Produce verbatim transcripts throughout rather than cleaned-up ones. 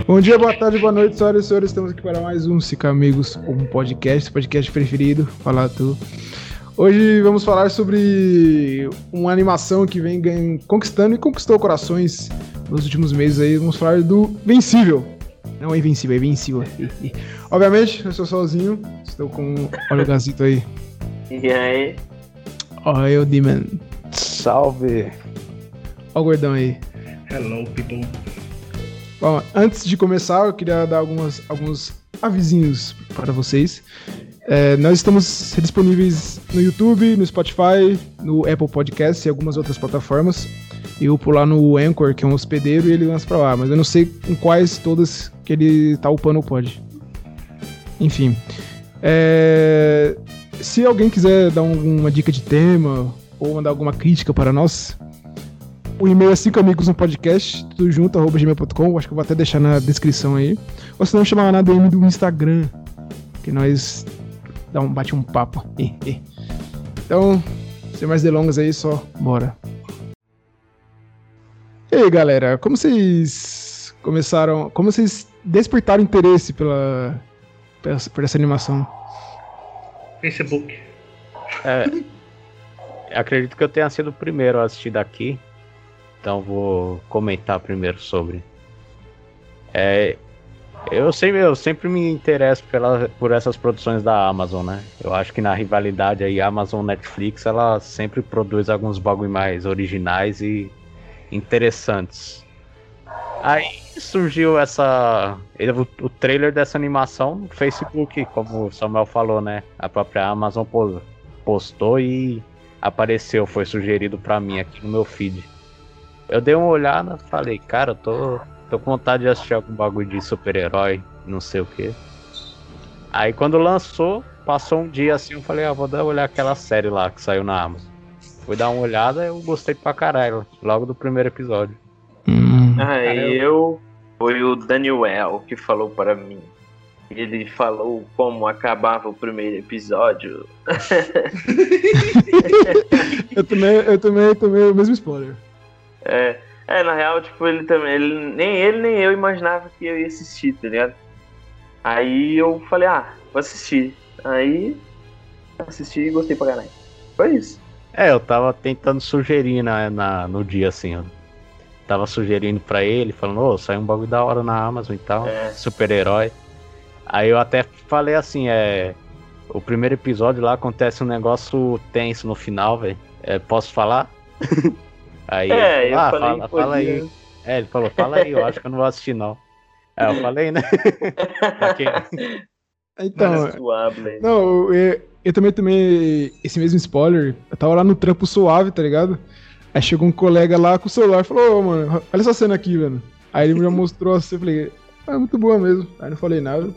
Bom dia, boa tarde, boa noite, senhoras e senhores. Estamos aqui para mais um Cica Amigos, um podcast, podcast preferido. Fala tu. Hoje vamos falar sobre uma animação que vem ganhando, conquistando e conquistou corações nos últimos meses aí. Vamos falar do Vencível. Não é Invencível, é Invencível. Obviamente, eu sou sozinho. Estou com... Olha o Gazito aí. E aí? Olha o Demon. Salve. Olha o Gordão aí. Hello, people. Bom, antes de começar, eu queria dar algumas, alguns avisinhos para vocês. É, nós estamos disponíveis no YouTube, no Spotify, no Apple Podcasts e algumas outras plataformas. Eu pular no Anchor, que é um hospedeiro, e ele lança pra lá. Mas eu não sei em quais todas que ele tá upando o pod. Enfim. É, se alguém quiser dar uma dica de tema ou mandar alguma crítica para nós, o e-mail é cinco amigos no podcast, tudo junto, arroba gmail ponto com. Acho que eu vou até deixar na descrição aí. Ou se não, chamar na D M do Instagram, que nós dá um, bate um papo. Então, sem mais delongas aí, só bora. E aí, galera, como vocês começaram, como vocês despertaram interesse pela, pela por essa animação? Facebook. É, acredito que eu tenha sido o primeiro a assistir daqui. Então vou comentar primeiro sobre. É, eu, sempre, eu sempre me interesso pela, por essas produções da Amazon, né? Eu acho que na rivalidade aí Amazon Netflix, ela sempre produz alguns bagulho mais originais e interessantes. Aí surgiu essa o, o trailer dessa animação no Facebook, como o Samuel falou, né? A própria Amazon postou e apareceu, foi sugerido pra mim aqui no meu feed. Eu dei uma olhada, falei, cara, eu tô, tô com vontade de assistir algum bagulho de super-herói, não sei o que. Aí quando lançou, passou um dia assim, eu falei, ah, vou dar uma olhada aquela série lá que saiu na Amazon. Fui dar uma olhada, eu gostei pra caralho, logo do primeiro episódio. Hum. Ah, Cara, eu... eu... Foi o Daniel que falou para mim. Ele falou como acabava o primeiro episódio. eu também, eu também tomei o mesmo spoiler. É, é, na real, tipo, ele também, ele, nem ele nem eu imaginava que eu ia assistir, tá ligado? Aí eu falei, ah, vou assistir. Aí assisti e gostei pra caralho. Foi isso. É, eu tava tentando sugerir na, na, no dia assim, ó. Tava sugerindo pra ele, falando, ô, oh, saiu um bagulho da hora na Amazon e tal, é. Super-herói. Aí eu até falei assim, é. O primeiro episódio lá acontece um negócio tenso no final, velho. É, posso falar? Aí é, ele falou, ah, eu falei, fala, fala aí. É, ele falou, fala aí, eu acho que eu não vou assistir não. É, eu falei, né? Então, não, eu, eu também tomei esse mesmo spoiler. Eu tava lá no trampo suave, tá ligado? Aí chegou um colega lá com o celular e falou, ô, oh, mano, olha essa cena aqui, velho. Aí ele já mostrou assim, eu falei, ah, é muito boa mesmo. Aí não falei nada.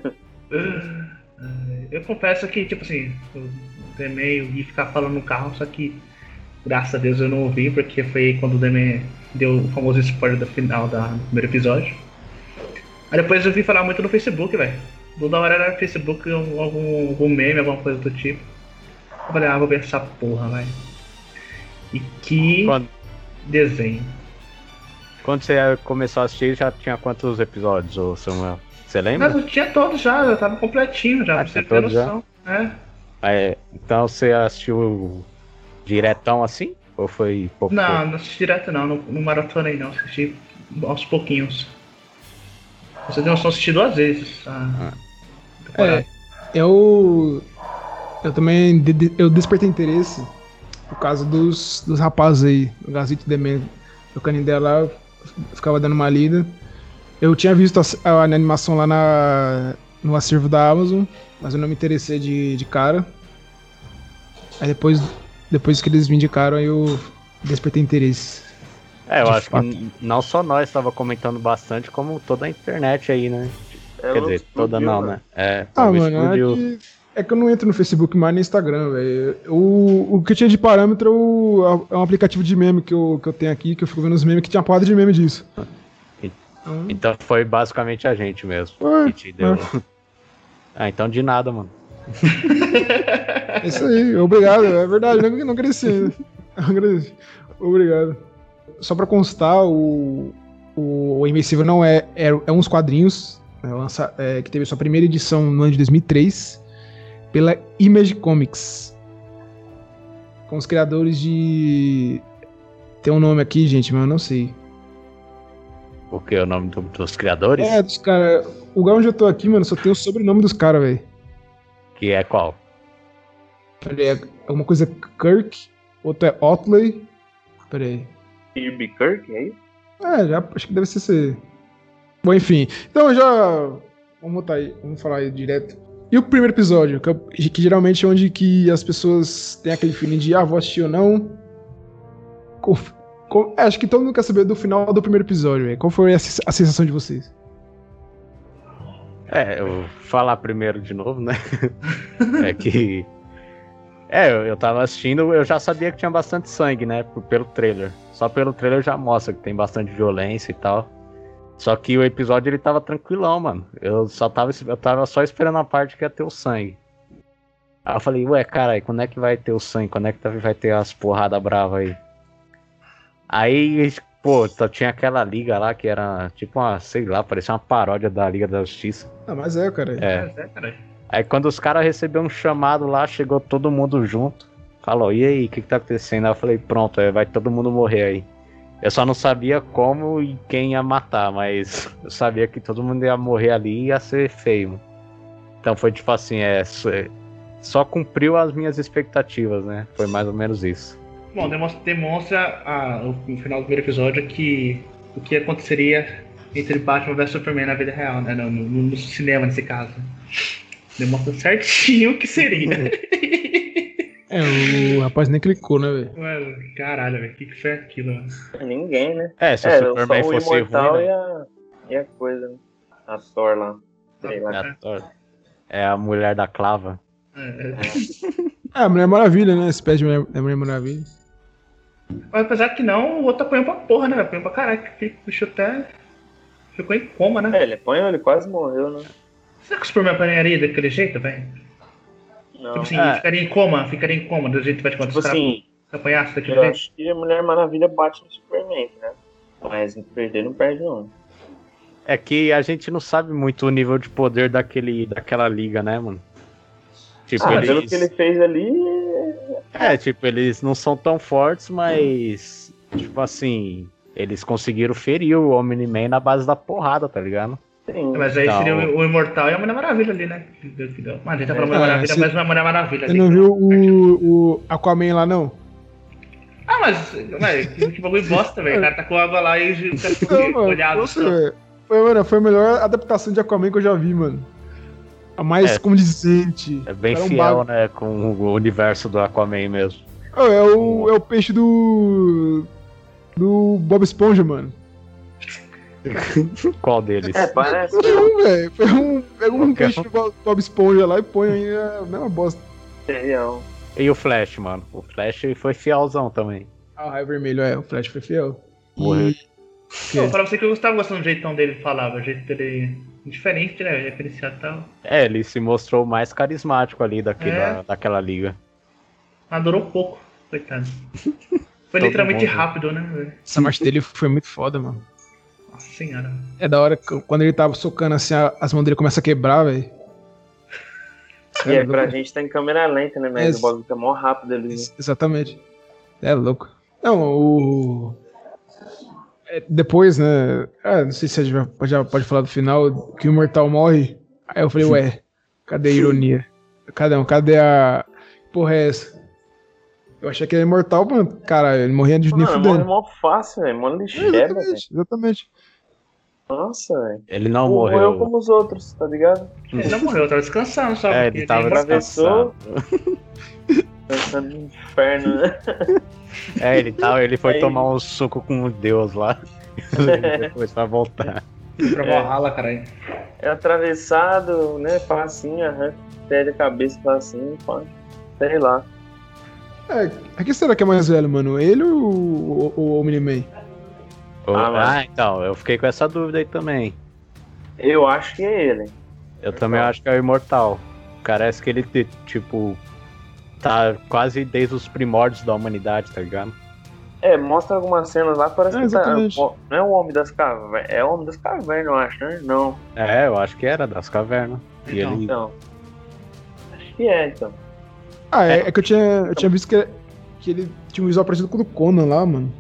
Eu confesso que, tipo assim, eu temei e ficar falando no carro, só que graças a Deus eu não ouvi, porque foi quando o Demi deu o famoso spoiler do final da, do primeiro episódio. Aí depois eu vi falar muito no Facebook, velho. Toda hora era no Facebook, algum, algum meme, alguma coisa do tipo. Eu falei, ah, vou ver essa porra, velho. E que quando... desenho. Quando você começou a assistir, já tinha quantos episódios, ô Samuel? Você lembra? Mas eu tinha todos já, já tava completinho já, ah, pra você ter noção. É. É, então você assistiu diretão assim? Ou foi pouco? Não, pouco? não assisti direto não, não, não maratonei não, assisti aos pouquinhos. Você tem noção, assisti duas vezes. Ah. É, eu. Eu também de, eu despertei interesse por causa dos, dos rapazes aí, o Gazito Demento, o caninho dela lá, ficava dando uma lida. Eu tinha visto a, a, a animação lá na, no acervo da Amazon, mas eu não me interessei de, de cara. Aí depois. Depois que eles me indicaram, eu despertei interesse. É, eu acho fato. que não só nós estava comentando bastante, como toda a internet aí, né? É, Quer dizer, toda não, né? É, ah, mano, é que, é que eu não entro no Facebook mais no Instagram, velho. O, o que eu tinha de parâmetro é um aplicativo de meme que eu, que eu tenho aqui, que eu fico vendo os memes, que tinha uma porrada de meme disso. Então, então foi basicamente a gente mesmo é, que te deu. É. Ah, então de nada, mano. É isso aí, obrigado, é verdade, não, não cresci ainda. Obrigado. Só pra constar, o, o o Invencível não é, é, é uns quadrinhos, né, lança, é, que teve sua primeira edição no ano de dois mil e três, pela Image Comics, com os criadores de... Tem um nome aqui, gente, mas eu não sei. O que é o nome do, dos criadores? É, dos caras. O lugar onde eu tô aqui, mano, só tem o sobrenome dos caras, velho. Que é qual? Peraí, é alguma coisa Kirk, outro é Otley. Peraí. Kirby Kirk, é isso? É, já, acho que deve ser esse. Bom, enfim. Então já. Vamos botar aí, vamos falar aí direto. E o primeiro episódio, que, eu- que geralmente é onde que as pessoas têm aquele feeling de ah, vou assistir ou não. Com- com- é, acho que todo mundo quer saber do final do primeiro episódio, velho. Qual foi a, sen- a sensação de vocês? É, eu vou falar primeiro de novo, né? É que. É, eu, eu tava assistindo, eu já sabia que tinha bastante sangue, né? p- Pelo trailer. Só pelo trailer já mostra que tem bastante violência e tal. Só que o episódio ele tava tranquilão, mano. Eu só tava, eu tava só esperando a parte que ia ter o sangue. Aí eu falei, ué, caralho, quando é que vai ter o sangue? Quando é que vai ter as porradas bravas aí? Aí, pô, só tinha aquela liga lá que era tipo uma, sei lá, parecia uma paródia da Liga da Justiça. Ah, mas é, cara. É. É, caralho. Aí quando os caras receberam um chamado lá, chegou todo mundo junto. Falou, e aí, o que que tá acontecendo? Aí eu falei, pronto, é, vai todo mundo morrer aí. Eu só não sabia como e quem ia matar, mas eu sabia que todo mundo ia morrer ali e ia ser feio. Mano. Então foi tipo assim, é, só- só cumpriu as minhas expectativas, né? Foi mais ou menos isso. Bom, demonstra, demonstra a- no final do primeiro episódio que o que aconteceria entre Batman versus Superman na vida real, né? No, no- no cinema, nesse caso. Demonstra certinho o que seria. É, o rapaz nem clicou, né, velho? Mano, caralho, velho. O que, que foi aquilo, mano? Ninguém, né? É, se É, o Superman só o fosse Imortal ruim, e, né? a, e a coisa, né? A Thor lá. Sei É lá. a, Thor. É a mulher da clava. É, é. É, a Mulher Maravilha, né? Esse pé de Mulher, é Mulher Maravilha. Mas apesar que não, o outro apanhou pra porra, né? Apanhou pra caralho. Que o bicho até ficou em coma, né? É, ele apanhou, ele quase morreu, né? Será que o Superman apanharia daquele jeito, velho? Não. Tipo assim, É. ficaria em coma, ficaria em coma, do jeito que vai te contar Tipo os caras assim, apanhasse daquele eu jeito. acho que a Mulher Maravilha bate no Superman, né? Mas perder não perde, não. É que a gente não sabe muito o nível de poder daquele, daquela liga, né, mano? Tipo, Ah, eles... pelo que ele fez ali. É, tipo, eles não são tão fortes, mas. Tipo assim. Eles conseguiram ferir o Omni-Man na base da porrada, tá ligado? Sim. Mas aí Então- seria o, o Imortal e a Mulher Maravilha ali, né? Mas a gente tá falando Mulher É, Maravilha, você- mas não é Mulher Maravilha Você ali. não viu o, o Aquaman lá, não? Ah, mas, mas que bagulho bosta, velho. O cara tá com água lá e o cara Não, ficou mano. olhado. Nossa, velho. Foi, mano, foi a melhor adaptação de Aquaman que eu já vi, mano. A mais É. condizente. É bem Era um fiel, bago. né? Com o universo do Aquaman mesmo. Oh, é, o, é o peixe do. Do Bob Esponja, mano. Qual deles? É, parece. Foi um, velho. Foi um. Pega um Qualquer peixe do Bob Bob Esponja lá e põe aí a mesma bosta. Serião. E o Flash, mano? O Flash foi fielzão também. Ah, o raio vermelho, é. O Flash foi fiel. Morreu. E. Pô, pra você que eu gostava gostando do jeitão dele falar, o jeito dele diferente, né? Diferenciado e tal. É, ele se mostrou mais carismático ali daquela, É. daquela liga. Mas durou pouco, coitado. Foi Todo literalmente mundo. rápido, né? velho? Essa marcha dele foi muito foda, mano. Nossa senhora. É da hora que quando ele tava socando assim, a- as mãos dele começam a quebrar, velho. E é, pra gente tá em câmera lenta, né? Mas Esse- o bagulho tá mó rápido ali. Né? Exatamente. É louco. Não, o. é, depois, né? Ah, não sei se a gente já- já pode falar do final, que o Imortal morre. Aí eu falei, ué, cadê a ironia? Cadê, um, cadê a. Porra, é essa? Eu achei que era imortal, mano. Cara, ele morria de nem Mano, morre fudendo. mó fácil, velho. Mó É, lixeira, velho. exatamente, exatamente. Nossa, velho. Ele não Morreu morreu. como os outros, tá ligado? Ele não morreu, tava descansando só. É, porque ele tava tem- atravessou. descansando. Pensando no inferno, né? É, ele, tava, ele foi Aí- tomar um suco com o Deus lá. Depois pra voltar. Pra Valhalla, caralho. É atravessado, né? Facinho, arranca, perde a cabeça facinho, pá. Sei lá. É, a quem será que é mais velho, mano? Ele ou o, o, o Omni-Man? Oh, Ah, mas- ah, então, eu fiquei com essa dúvida aí também. Eu acho que é ele. Eu também acho que é o Imortal. Parece que ele, te- tipo, tá quase desde os primórdios da humanidade, tá ligado? É, mostra algumas cenas lá, parece É, que tá. exatamente. Não é o Homem das Cavernas. É o Homem das Cavernas, eu acho, né? Não. É, eu acho que era das cavernas. E Então. ele. Então. Acho que é, então. Ah, é, é que eu tinha, eu tinha visto que, que ele tinha um visual parecido com o do Conan lá, mano.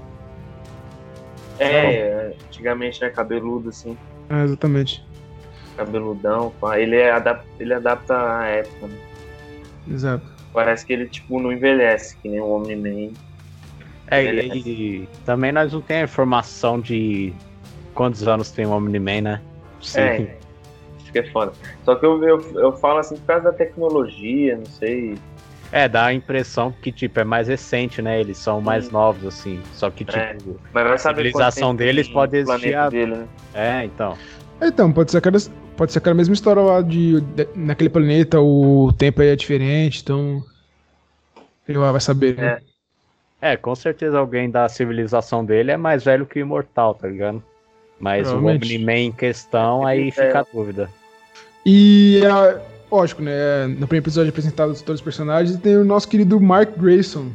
É, antigamente, né? Cabeludo, assim. É, exatamente. Cabeludão. pá. Ele, é adap... ele adapta a época, né? Exato. Parece que ele, tipo, não envelhece, que nem o Omni-Man. É, Beleza. e, e também nós não temos a informação de quantos anos tem o Omni-Man, né? Sim. É, acho que é foda. Só que eu, eu, eu falo assim por causa da tecnologia, não sei. É, dá a impressão que, tipo, é mais recente, né? Eles são mais novos, assim. Só que, tipo, É. Mas vai a saber civilização quanto tempo deles tem pode no planeta existir. a- dele, né? É, então. Então, pode ser aquela, pode ser aquela mesma história lá de, de- naquele planeta, o tempo aí é diferente, então. Ele vai saber, né? É, com certeza alguém da civilização dele é mais velho que o Imortal, tá ligado? Mas o Provavelmente. Omni-Man em questão, aí É. fica a dúvida. E, a- lógico, né? No primeiro episódio apresentado todos os personagens, tem o nosso querido Mark Grayson,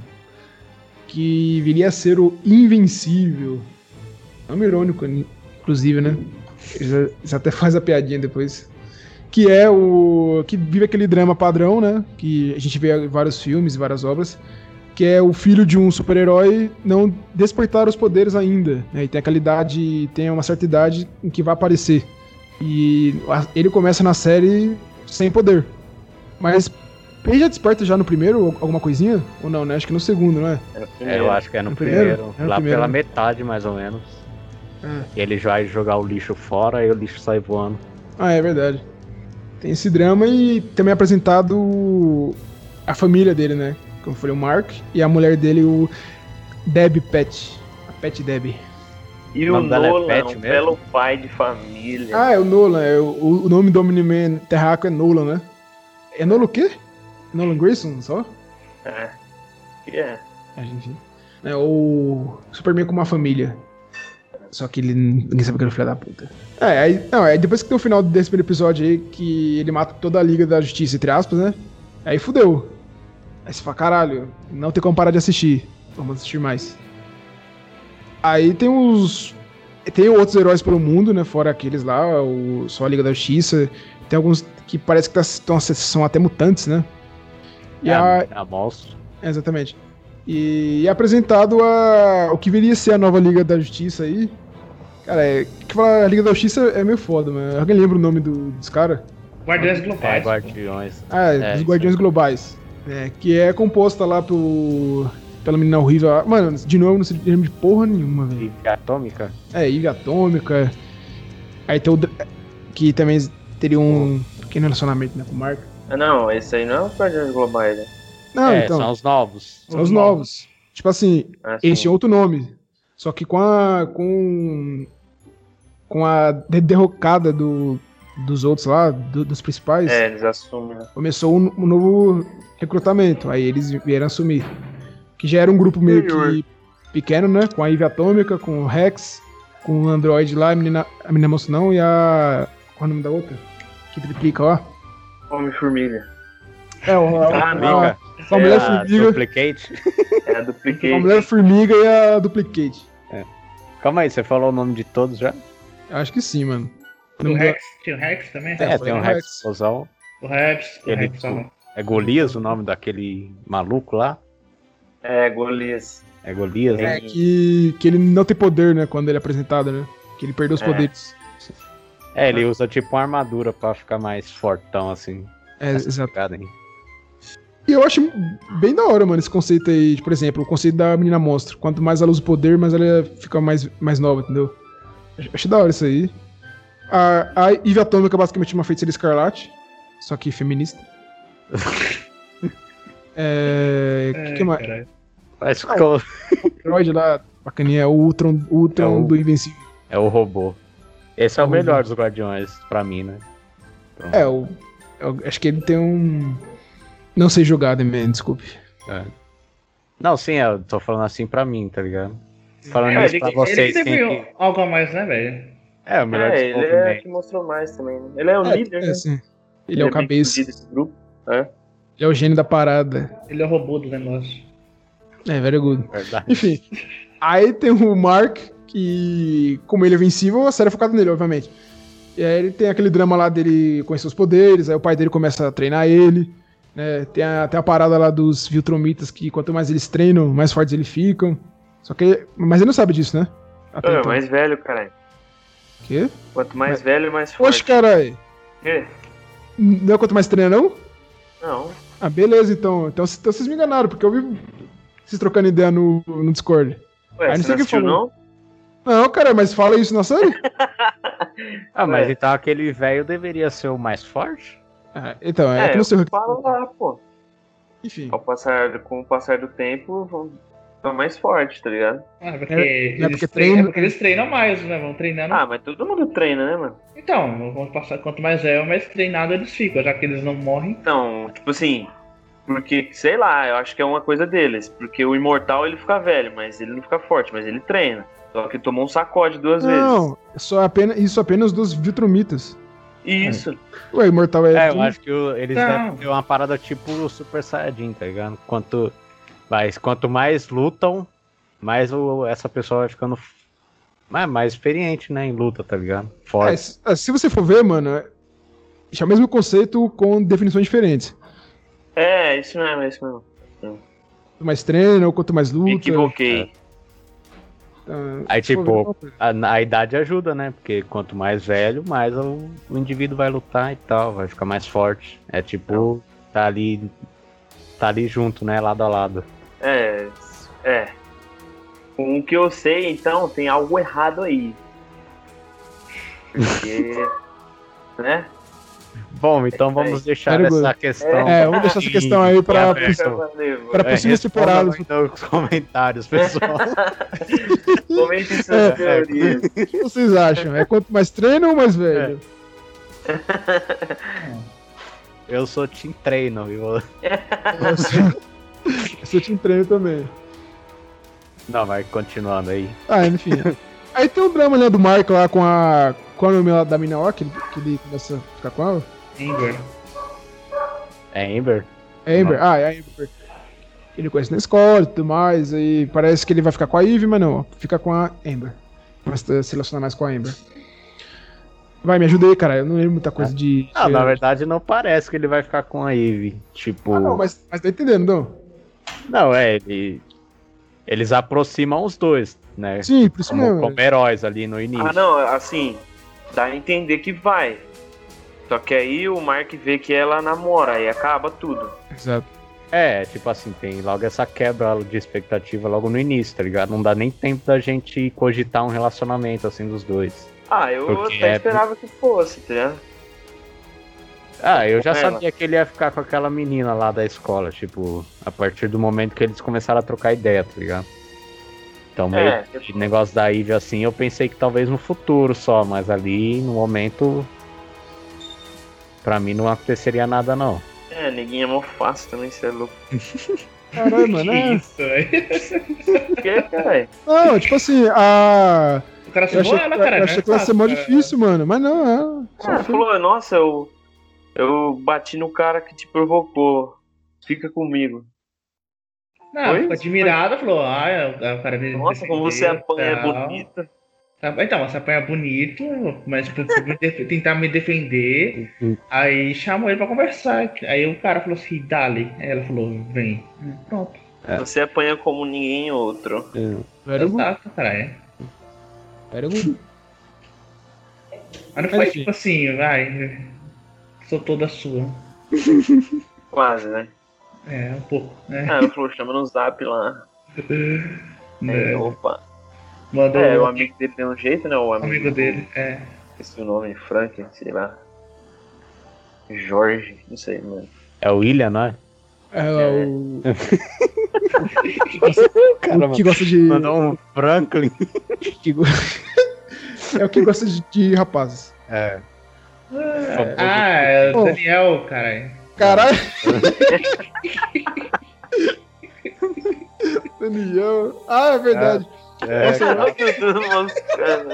que viria a ser o Invencível. Nome irônico, inclusive, né? Eles eles até faz a piadinha depois. Que é o. Que vive aquele drama padrão, né? Que a gente vê em vários filmes e várias obras. Que é o filho de um super-herói não despertar os poderes ainda. Né? E tem aquela idade. Tem uma certa idade em que vai aparecer. E a- ele começa na série sem poder. Mas ele já desperta já no primeiro alguma coisinha? Ou não, né? Acho que no segundo, não é? É, o É, primeiro. eu acho que é no, No primeiro, primeiro? É no lá primeiro, pela né? metade, mais ou menos. É. E ele vai jogar o lixo fora e o lixo sai voando. Ah, é verdade. Tem esse drama e também é apresentado a família dele, né? Como foi o Mark e a mulher dele, o Deb Pet. A Pet Deb. E O o nome dela é Nolan, Pet um mesmo? belo pai de família. Ah, é o Nolan. É o, o nome do Omni-Man terráqueo é Nolan, né? É Nolan o quê? Nolan Grayson, só? É. Que é. É, enfim. É o Superman com uma família. Só que ele ninguém sabe que ele é filho da puta. É, aí, não, aí depois que tem o final desse primeiro episódio aí, que ele mata toda a Liga da Justiça, entre aspas, né? Aí fudeu. Aí você fala, caralho, não tem como parar de assistir. Vamos assistir mais. Aí tem os. Tem outros heróis pelo mundo, né? Fora aqueles lá, o, só a Liga da Justiça. Tem alguns que parece que tá, tão, são até mutantes, né? E é, a, a monstro. Exatamente. E é apresentado a, o que viria a ser a nova Liga da Justiça aí. Cara, é, que falar, a Liga da Justiça é meio foda, mano. Alguém lembra o nome do, dos caras? Guardiões É, Globais. Guardiões. Ah, É, dos isso Guardiões aí. Globais. É, que é composta lá pelo, pela menina horrível. lá. Mano, de novo, não sei lembro de porra nenhuma, velho. E atômica? É, Eve Atômica. Aí tem o. Dra- Que também teria um pequeno relacionamento né, com o Mark. Ah, não, esse aí não é o Guardiões Globais, né? Não, é, então. são os novos. São os novos. Tipo assim, Ah, eles sim. tinham outro nome. Só que com a. Com. Com a de- derrocada do, dos outros lá, do- dos principais, É, eles assumem, né? começou um, um novo recrutamento. Aí eles vieram assumir. Que já era um grupo meio que pequeno, né? Com a Eve Atômica, com o Rex, com o Android lá, a menina, a menina moça não, e a. Qual é o nome da outra? Que triplica lá. Homem-Formiga. É, o, a, Ah, amiga. a, a É mulher a formiga. Duplicate. É a A Duplicate. mulher formiga e a duplicate. Calma aí, você falou o nome de todos já? Eu acho que sim, mano. O Não- Rex, tinha o Rex também? É, foi tem o um Rex Rex. Explosão. O Rex, o Ele, Rex, tipo, ó. É Golias o nome daquele maluco lá? É, Golias. É Golias, né? É que, que ele não tem poder, né? Quando ele é apresentado, né? Que ele perdeu os É. poderes. É, ele usa tipo uma armadura pra ficar mais fortão, assim. É, Essa exato. pegada aí. E eu acho bem da hora, mano, esse conceito aí. de, Por exemplo, o conceito da menina monstro. Quanto mais ela usa o poder, mais ela fica mais, mais nova, entendeu? Acho, acho da hora isso aí. A, a Eve Atômica é basicamente uma feiticeira escarlate. Só que feminista. é. O que, que mais? Caralho. Mas ficou... O Android lá, bacaninha, é o Ultron, o Ultron É o- do Invencível. É o robô. Esse é o É o melhor robô. dos Guardiões, pra mim, né? Então, É, o, eu acho que ele tem um. Não sei jogar, man, desculpe. é. Não, sim, eu tô falando assim pra mim, tá ligado? Falando É, isso ele, pra ele vocês, teve quem que... algo a mais, né, velho? É, o melhor É, ele é desenvolvimento. que mostrou mais também, né? Ele é o É, líder, é, né? sim. Ele é o bem cabeça. fudido desse grupo. É. Ele é o gênio da parada. Ele é o robô do negócio. É, very good. Verdade. Enfim, aí tem o Mark, que, como ele é vencível, a série é focada nele, obviamente. E aí ele tem aquele drama lá dele conhecer os poderes, aí o pai dele começa a treinar ele, né? Tem a, tem a parada lá dos Viltromitas, que quanto mais eles treinam, mais fortes eles ficam. Só que. Mas ele não sabe disso, né? Até É, então. mais velho, caralho. Quê? Quanto mais Mas- velho, mais forte. Oxe, caralho. Quê? Não é quanto mais treina, não? Não. Ah, beleza, então. Então, c- então vocês me enganaram, porque eu vi vocês trocando ideia no, no Discord. Ué, Aí não você sei não quem assistiu, falou. não? Não, cara, mas fala isso na série? Ah, mas É. então aquele velho deveria ser o mais forte? Ah, então, é, É, que não sei o eu que. falo lá, pô. Enfim. Ao passar, com o passar do tempo, vão ficar mais forte, tá ligado? Ah, porque, É- não é eles porque treinam, treina- é porque eles treinam mais, né? Vão treinando. Ah, mas todo mundo treina, né, mano? Então, quanto, passar, quanto mais é, mais treinado eles ficam, já que eles não morrem. Então, tipo assim, porque, sei lá, eu acho que é uma coisa deles. Porque o imortal ele fica velho, mas ele não fica forte, mas ele treina. Só que tomou um sacode duas Não, é só apenas, isso apenas dos Viltromitas. vezes. Isso. Ué, Imortal é. É, eu acho que o- eles Não. devem ter uma parada tipo o Super Saiyajin, tá ligado? Quanto, mas, quanto mais lutam, mais o, essa pessoa vai ficando mais, mais experiente, né, em luta, tá ligado? É, Forte. se é, se você for ver, mano, é é o mesmo conceito com definições diferentes. É, isso mesmo, é isso mesmo. Quanto mais treina, ou quanto mais Me luta. equivoquei. Então, Aí, se for ver, tipo, é uma coisa. a, a idade ajuda, né? Porque quanto mais velho, mais o, o indivíduo vai lutar e tal, vai ficar mais forte. É tipo, tá ali, tá ali junto, né, lado a lado. É, é. Com o que eu sei, então, tem algo errado aí. Porque. né? Bom, então vamos deixar Very good. essa questão. É, vamos deixar essa questão aí pra, É, pra, Valeu, pra É, possíveis responda temporadas. aí nos comentários, pessoal. Comente suas É. teorias. O que vocês acham? É quanto mais treina ou mais velho? Eu sou Team Treino, viu? Eu sou, eu sou time treino também. Não, vai continuando aí. Ah, enfim. Aí tem o drama, né, do Mark lá com a. Com a nome lá da mina lá, que ele, que ele começa a ficar com ela. Amber. É Amber? É Amber. Ah, é a Amber. Ele conhece na escola e tudo mais. Aí parece que ele vai ficar com a Eve, mas não, fica com a Amber. Vai se relacionar mais com a Amber. Vai, me ajuda aí, cara. Eu não lembro muita coisa de. Ah, de- na verdade não parece que ele vai ficar com a Eve. Tipo. Ah, não, mas, mas tá entendendo, não? Não, é, ele. Eles aproximam os dois, né? Sim, por isso Como, mesmo. como heróis ali no início. Ah, não, assim, dá a entender que vai. Só que aí o Mark vê que ela namora e acaba tudo. Exato. É, tipo assim, tem logo essa quebra de expectativa logo no início, tá ligado? Não dá nem tempo da gente cogitar um relacionamento assim dos dois. Ah, eu Porque até é- esperava que fosse, tá ligado? Ah, eu já Com ela. sabia que ele ia ficar com aquela menina lá da escola, tipo, a partir do momento que eles começaram a trocar ideia, tá ligado? Então, meio É, que negócio da Eve assim, eu pensei que talvez no futuro só, mas ali no momento, pra mim não aconteceria nada não. é, neguinha é mó fácil também, você é louco. Caralho, mano. Que É... isso, velho. Por que, caralho? Não, tipo assim, a. O cara Eu achei, salvou ela, cara. eu não achei é que ia ser fácil, mó cara. difícil, mano. Mas não, é. Só Ela filme. falou, nossa, eu, eu bati no cara que te provocou. Fica comigo. Não, Foi? ficou admirada, falou, ah, é, o cara me Nossa, como você defendeu, apanha é tal. bonita. Tá, então, você apanha bonito, mas por, por me def- tentar me defender, aí chamou ele pra conversar. Aí o cara falou assim, dale. Aí ela falou, vem. Pronto. Você apanha como ninguém outro. Very good, Exato, caralho. very good. Mas não foi tipo assim, vai, sou toda sua. Quase, né? É, um pouco, né? Ah, ela falou, chama no zap lá. Né? É, opa. Mandou É, o o amigo dele tem um jeito, né? O amigo, amigo dele, é. Esqueci o nome, Frank, sei lá. Jorge, não sei, mano. É o William, não é? É, o. Cara, o que gosta de. mandou um Franklin. que go- é o que gosta de, de rapazes. É. Ah, é o Pô. Daniel, caralho. Caralho! Daniel. Ah, é verdade. É, Nossa, cara. Tudo moscando.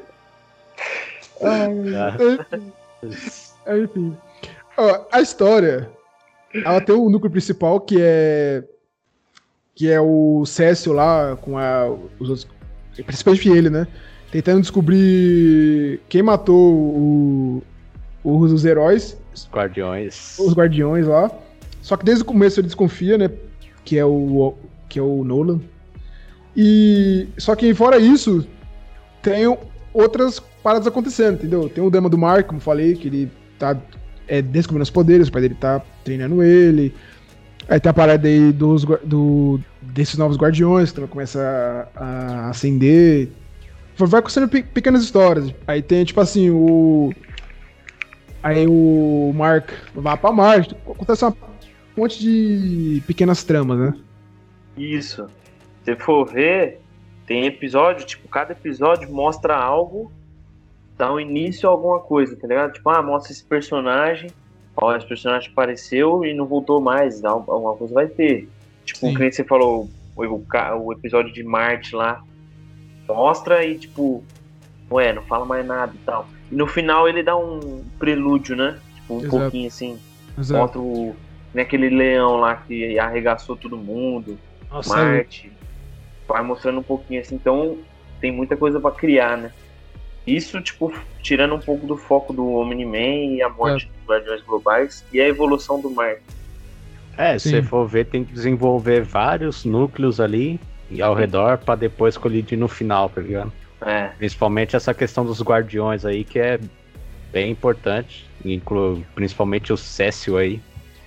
É, enfim. Ó, a história, ela tem um núcleo principal que é que é o Cécio lá, com a, os outros, principalmente ele, né? Tentando descobrir quem matou o, os, os heróis. Os guardiões. Os guardiões lá. Só que desde o começo ele desconfia, né? Que é o, que é o Nolan. E só que fora isso, tem outras paradas acontecendo, entendeu? Tem o drama do Mark, como falei, que ele tá é, descobrindo os poderes, o pai dele tá treinando ele. Aí tem a parada aí dos, do, desses novos guardiões, que também começa a, a acender. Vai acontecendo pe- pequenas histórias. Aí tem, tipo assim, o... Aí o Mark vai pra Marte. Acontece uma um monte de pequenas tramas, né? Isso. Se for ver, tem episódio, tipo, cada episódio mostra algo, dá um início a alguma coisa, tá ligado? Tipo, ah, mostra esse personagem, ó, esse personagem apareceu e não voltou mais, alguma coisa vai ter. Tipo, o que você falou, o, o, o episódio de Marte lá, mostra e, tipo, ué, não fala mais nada e tal. E no final ele dá um prelúdio, né? Tipo, um Exato. pouquinho assim. Exato. Mostra o, naquele leão lá que arregaçou todo mundo. Nossa, Marte. Vai mostrando um pouquinho assim. Então, tem muita coisa pra criar, né? Isso, tipo, tirando um pouco do foco do Omni-Man e a morte é. dos Guardiões Globais e a evolução do Marte. É, se você for ver, tem que desenvolver vários núcleos ali e ao redor pra depois colidir no final, tá ligado? É. Principalmente essa questão dos guardiões aí, que é bem importante. Inclui principalmente o Cécio aí.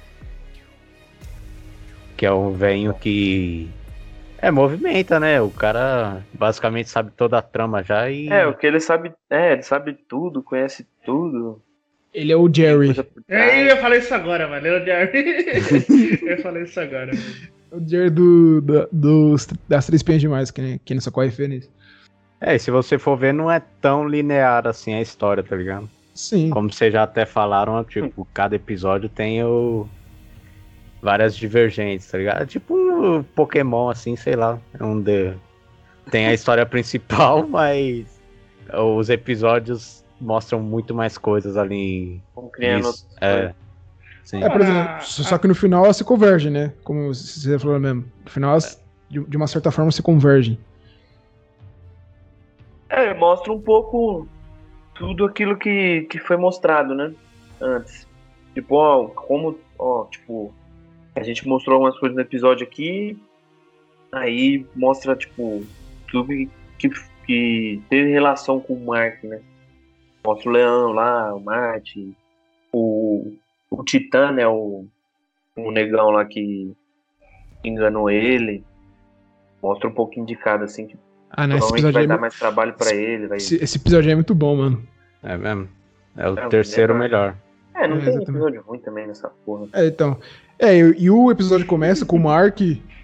Que é um velho que... É, movimenta, né? O cara basicamente sabe toda a trama já e... É, o que ele sabe... É, ele sabe tudo, conhece tudo. Ele é o Jerry. É, eu ia falar isso agora, mano. Ele é o Jerry. Eu ia falar isso agora, mano. O Jerry do, do, dos, das Três Espinhas Demais, que, que não socorre Fênix. É, e se você for ver, não é tão linear assim a história, tá ligado? Sim. Como vocês já até falaram, tipo, cada episódio tem o... várias divergentes, tá ligado? É tipo um Pokémon, assim, sei lá. Onde tem a história principal, mas os episódios mostram muito mais coisas ali. Vão criando Isso, é, sim. É, por exemplo, só que no final elas se convergem, né? Como você falou mesmo. No final elas, de, de uma certa forma, se convergem. É, mostra um pouco tudo aquilo que, que foi mostrado, né? Antes. Tipo, ó, como, ó, tipo, a gente mostrou algumas coisas no episódio aqui, aí mostra, tipo, tudo que, que teve relação com o Mark, né? Mostra o leão lá, o Marte, o, o Titã, né? O, o negão lá que enganou ele. Mostra um pouquinho de cada, assim, que Ah, não, esse provavelmente episódio vai é dar muito- mais trabalho pra ele. Vai... Esse, esse episódio é muito bom, mano. É mesmo? É o É, terceiro é, melhor. É, não É, tem exatamente. episódio ruim também nessa porra. É, então. É, e, e o episódio começa com o Mark.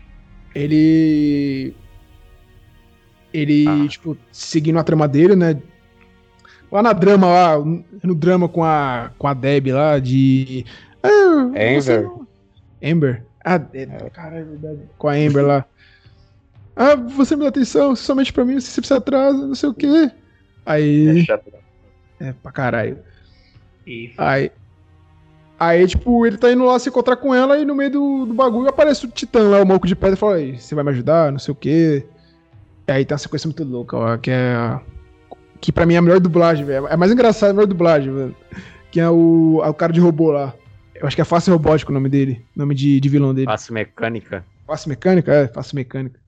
Ele. Ele, Ah. tipo, seguindo a trama dele, né? Lá na drama, lá, no drama com a, com a Deb lá, de. Ah, você Amber. não- Amber? Ah, é, caralho, é verdade. Com a Amber lá. Ah, você me dá atenção, somente pra mim, você precisa atrás, não sei o quê. É Aí. chato. É, pra caralho. Isso. Aí, aí, tipo, ele tá indo lá se encontrar com ela e no meio do, do bagulho aparece o Titã lá, o maluco de pedra, e fala, aí, você vai me ajudar, não sei o quê. E aí tem uma sequência muito louca, ó, que é a- que pra mim é a melhor dublagem, velho. É mais engraçado a melhor dublagem, velho. Que é o, é o cara de robô lá. Eu acho que é Face Robótico o nome dele, nome de, de vilão dele. Face mecânica. Face Mecânica? É, Face Mecânica.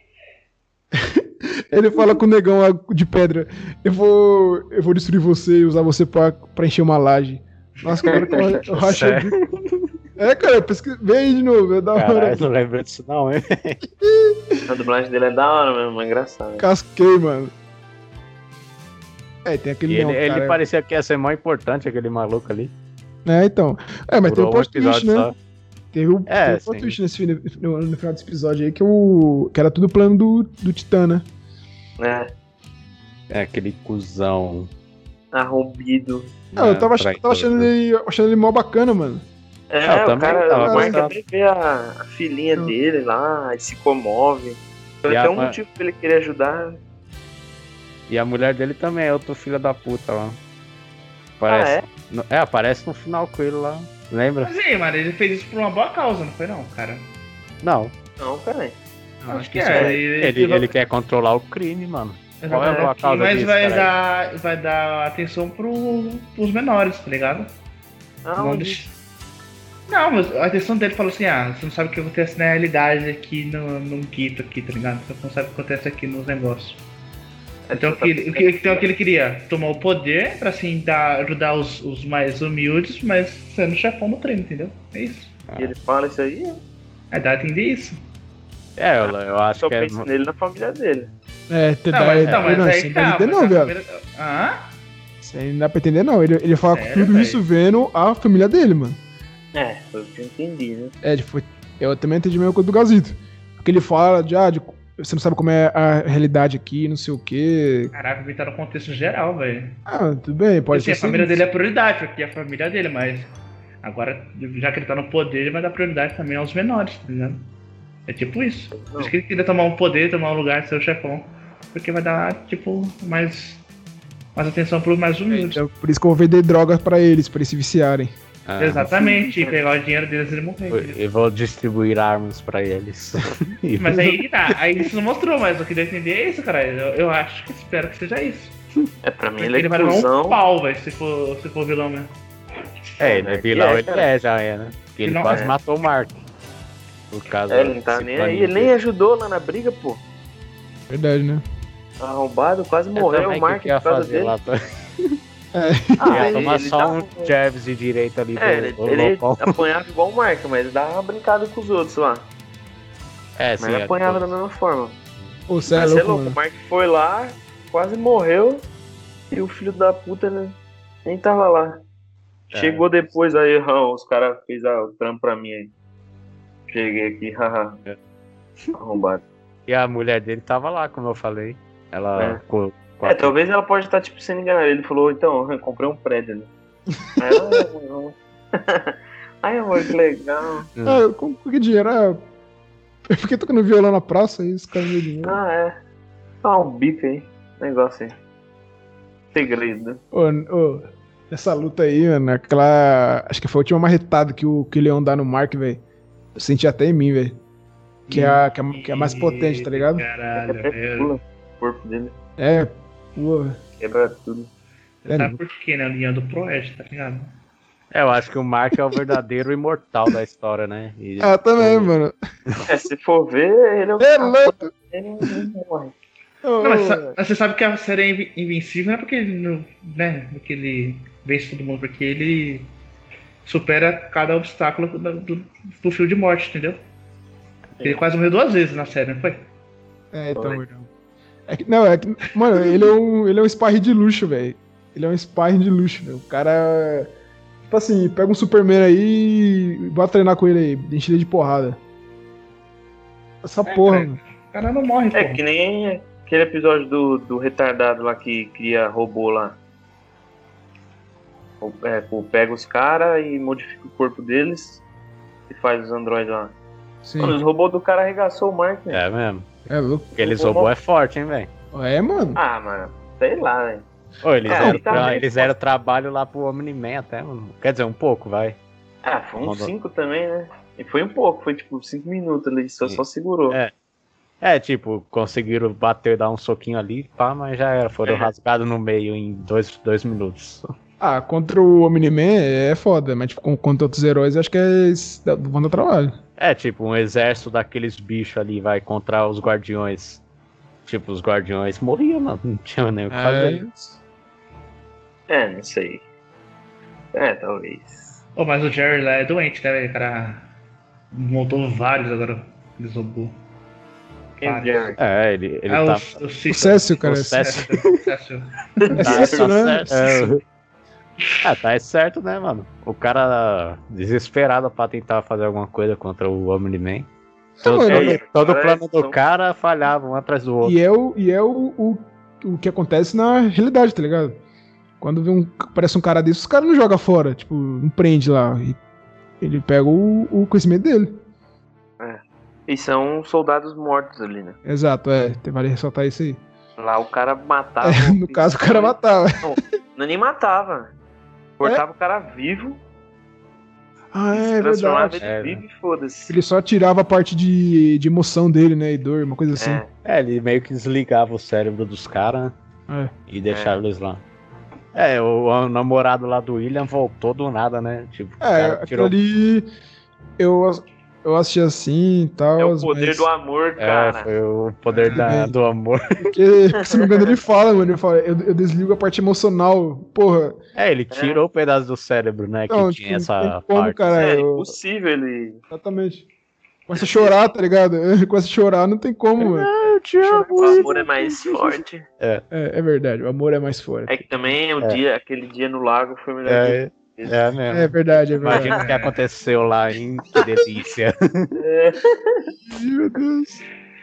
Ele fala com o negão lá de pedra, eu vou, eu vou destruir você e usar você pra, pra encher uma laje. Nossa, cara, eu, eu racho. Sério? É, cara, pesquisa... vem aí de novo, é da hora. Caralho, não lembro disso não, hein? A dublagem dele é da hora mesmo, é engraçado. Casquei, mano. É, tem aquele E ele, leão, ele cara. parecia que ia ser mó importante, aquele maluco ali. É, então. É, mas tem Durou o plot twist, né? só. Teve o, É, teve o plot sim. twist nesse, fim- no, no final desse episódio aí, que, o, que era tudo plano do, do Titã, né? É, É, aquele cuzão. arrombido. Ah, eu tava, ach- traidor, tava achando, né? ele, achando ele mó bacana, mano. É, Ah, eu o também cara, tava o Mark gostando. até vê a, a filhinha Hum. dele lá, e se comove. Foi E até a- um motivo pra ele querer ajudar. E a mulher dele também é outra filha da puta lá. Aparece. Ah, é? No- é, aparece no final com ele lá. Lembra? Mas aí, mano, ele fez isso por uma boa causa, não foi não, cara? Não. Não, peraí. Não, Acho que isso é. foi- Ele, Ele, ele quer controlar o crime, mano. Qual é a boa Exatamente, causa mas disso, vai cara? dar, vai dar atenção pro, pros menores, tá ligado? Ah, Não, onde? deixa- não, mas a atenção dele falou assim, ah, você não sabe o que acontece na realidade aqui no, no Quito aqui, tá ligado? Você não sabe o que acontece aqui nos negócios. Então o que, ele- o que, então, o que ele queria? Tomar o poder pra assim dar, ajudar os, os mais humildes, mas sendo chefão no treino, entendeu? É isso. E ele fala isso aí, É dar a entender isso. É, eu, eu acho só que é. penso nele na família dele. É, te Não, dá, mas, é, não, mas não, aí isso que não dá tá. pra entender mas não, a velho. primeira- Ah? Isso aí não dá pra entender não. Ele, ele fala Sério, tudo velho? isso vendo a família dele, mano. É, foi o que eu entendi, né? É, tipo, eu também entendi a mesma coisa do Gazito. Porque ele fala de, ah, de, você não sabe como é a realidade aqui, não sei o quê. Caraca, ele tá no contexto geral, velho. Ah, tudo bem, pode Assim, ser. a família isso. dele é prioridade, porque é a família dele, mas agora, já que ele tá no poder, ele vai dar prioridade também aos menores, tá ligado? É tipo isso. Por isso que ele queria tomar um poder, tomar um lugar, ser o chefão. Porque vai dar, tipo, mais, mais atenção pros mais humildes. Então, por isso que eu vou vender drogas pra eles, pra eles se viciarem. Ah, Exatamente, e pegar o dinheiro deles e ele morrer. eu, entendeu? eu vou distribuir armas pra eles. E- Mas aí que tá, aí isso não mostrou, mas eu queria entender é isso, cara. Eu, eu acho que espero que seja isso. É, pra mim Porque ele ele é vai levar um cuzão. pau, velho, se for, se for vilão mesmo. É, ele é vilão, É, ele cara. é, já é, né? Porque ele Vilão quase é. matou o Mark. Por causa É, ele não tá desse nem aí, planinho ele nem dele. ajudou lá na briga, pô. Verdade, né? Arrombado, quase É, morreu também, o Mark que que ia por causa fazer dele. lá pra... Ah, ia ele- tomar ele só dava um jabs de direita ali do, É, ele, do ele Lopão. apanhava igual o Mark, mas dava uma brincada com os outros lá. É, Mas sim. ele é, apanhava pô. da mesma forma. Ô, cê é Mas cê é louco, louco, o mano. Mark foi lá, quase morreu, e o filho da puta né, nem tava lá. É. Chegou depois aí, ah, os caras fez ah, o trampo pra mim aí. Cheguei aqui, haha. É. Arrombado. E a mulher dele tava lá, como eu falei. Ela... É. Com, com É, a- talvez ela pode estar tipo sendo enganada. Ele falou, então, eu comprei um prédio, né? Aí ela, "Ah, não." Ai, amor, que legal. Ah, com, com que dinheiro? Ah, eu fiquei tocando violão na praça e os caras me deu dinheiro. Ah, é. Ah, um bife aí. Negócio aí. Segredo, né? Ô, ô, essa luta aí, mano, aquela. Acho que foi a última marretada que o, que o Leão dá no Mark, velho. Eu senti até em mim, velho. Que é, a, que, é, a- que é a mais potente, tá ligado? Caralho, Até velho. pula o corpo dele. É, pô. Quebra tudo. É, Sabe por quê, né? A linha do Proed, tá ligado? É, eu acho que o Mark é o verdadeiro imortal da história, né? E- Ah, também, mano. É, se for ver, ele é o É louco. ele não morre. Ô, Não, mas ô, sa- você sabe que a série é invi- invencível não é porque ele, não, né, porque ele vence todo mundo, porque ele supera cada obstáculo do, do, do fio de morte, entendeu? Ele quase morreu duas vezes na série, não foi? É, então, Gordão. É que, não, é que, mano, ele é um, ele é um sparring de luxo, velho. Ele é um sparring de luxo, velho. O cara, tipo assim, pega um Superman aí e bota treinar com ele aí, enche ele de porrada. Essa É, porra, cara. mano. O cara não morre, É pô. que nem aquele episódio do, do retardado lá que cria robô lá. O- É, pô, pega os caras e modifica o corpo deles e faz os androides lá. Sim. Mano, os robôs do cara arregaçou o Mark, né? É mesmo. É louco. Aqueles Robô- robôs é forte, hein, velho? É, mano. Ah, mano, sei lá, velho. Ô, eles, É, deram, ele tá tra- bem eles deram trabalho lá pro Omni-Man até, mano. Quer dizer, um pouco, vai. Ah, foi uns Mandou. cinco também, né? E foi um pouco, foi tipo cinco minutos ali, só, Sim. só segurou. É. É, tipo, conseguiram bater, dar um soquinho ali, pá, mas já era. Foram É. rasgados no meio em dois, dois minutos. Ah, contra o Omni-Man é foda, mas tipo, com- contra outros heróis acho que é esse- dá- vão dar trabalho. É, tipo, um exército daqueles bichos ali vai contra os guardiões. Tipo, os guardiões morriam, mano. Não tinha nem o que fazer. É, É, não sei. É, talvez. Pô, mas o Jerry lá é doente, né, velho? O cara montou vários agora, eles robôs. Quem é o Vários. Jerry? É, ele, ele Ah, tá. o, o o Cícero. Cécio, cara. O é Cécio. Cécio. Cécio. É Cécio, né? É, é, tá certo, né, mano? O cara desesperado pra tentar fazer alguma coisa contra o Omni-Man. Todo, mano, todo, é, todo o cara, plano do são- cara falhava um atrás do outro. E é, o, e é o, o, o que acontece na realidade, tá ligado? Quando vê um, aparece um cara desse, os caras não jogam fora, tipo, não prende lá. E ele pega o, o conhecimento dele. E são soldados mortos ali, né? Exato, é. tem- Vale ressaltar isso aí. Lá o cara matava. É, no caso, o cara matava. Não, nem matava. Cortava o cara vivo. Ah, Se é transformava, verdade. ele É, vive e foda-se. Ele só tirava a parte de, de emoção dele, né? E dor, uma coisa assim. É, É, ele meio que desligava o cérebro dos caras É. e deixava eles lá. É, o, o namorado lá do William voltou do nada, né? Tipo, o É, cara aquilo tirou. ali eu, eu assisti assim e tal. é o poder mas... do amor, É, cara. foi o poder É, da, bem. do amor. Porque, se não me engano, ele fala, mano. Ele fala, eu, eu desligo a parte emocional. Porra. É, ele tirou o pedaço do cérebro, né? Não, que tipo, tinha não tem essa como, parte. cara. É eu- impossível ele. Exatamente. Começa a chorar, tá ligado? Começa a chorar, não tem como, mano. Eu te amo, O amor é mais forte. É, é verdade, o amor é mais forte. É que também o É. dia, aquele dia no lago foi o melhor É, dia. é mesmo. É verdade, é verdade. Imagina o que aconteceu lá, hein? Que delícia. É. Meu Deus.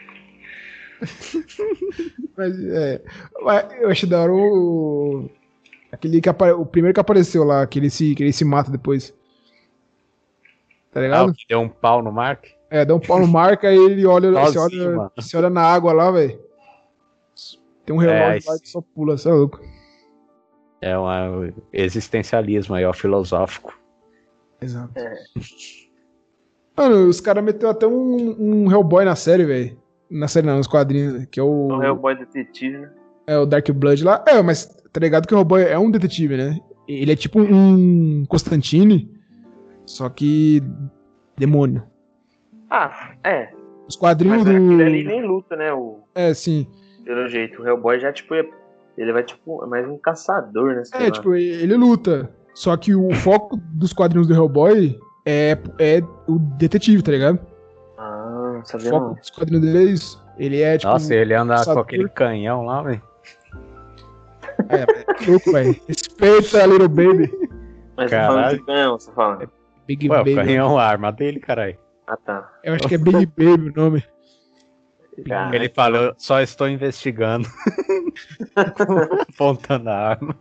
Mas, é, mas eu achei da hora o. Aquele que apare... O primeiro que apareceu lá, que ele se, que ele se mata depois. Tá Ah, ligado? o que deu um pau no Mark? É, dá um pau no Marca aí ele olha, você Sozinho, olha, mano. você olha na água lá, velho. Tem um relógio É, lá esse- que só pula, você é louco. É um existencialismo aí, ó, filosófico. Exato. É. Mano, os caras meteu até um, um Hellboy na série, velho. Na série não, nos quadrinhos, que é o. O Hellboy detetive, né? É o Dark Blood lá. É, mas tá ligado que o Hellboy é um detetive, né? Ele é tipo um Constantine, só que demônio. Ah, é. Os quadrinhos Mas aquele ali do. nem luta, né? O, É, sim. pelo jeito. O Hellboy já, tipo, ele vai, tipo, é mais um caçador, né? sei É, lá. tipo, ele luta. Só que o foco dos quadrinhos do Hellboy é, é o detetive, tá ligado? Ah, não O sabia foco não. dos quadrinhos dele é isso. Ele é, tipo. Nossa, ele anda caçador. com aquele canhão lá, velho. É, é louco, velho. Respeita, Little Baby. Mas tá Caralho. falando de canhão, você fala. Big Ué, o Baby. canhão é a arma dele, caralho. Ah, tá. Eu acho que é Big Baby o nome. Ah, Ele falou, eu só estou investigando. Apontando a arma.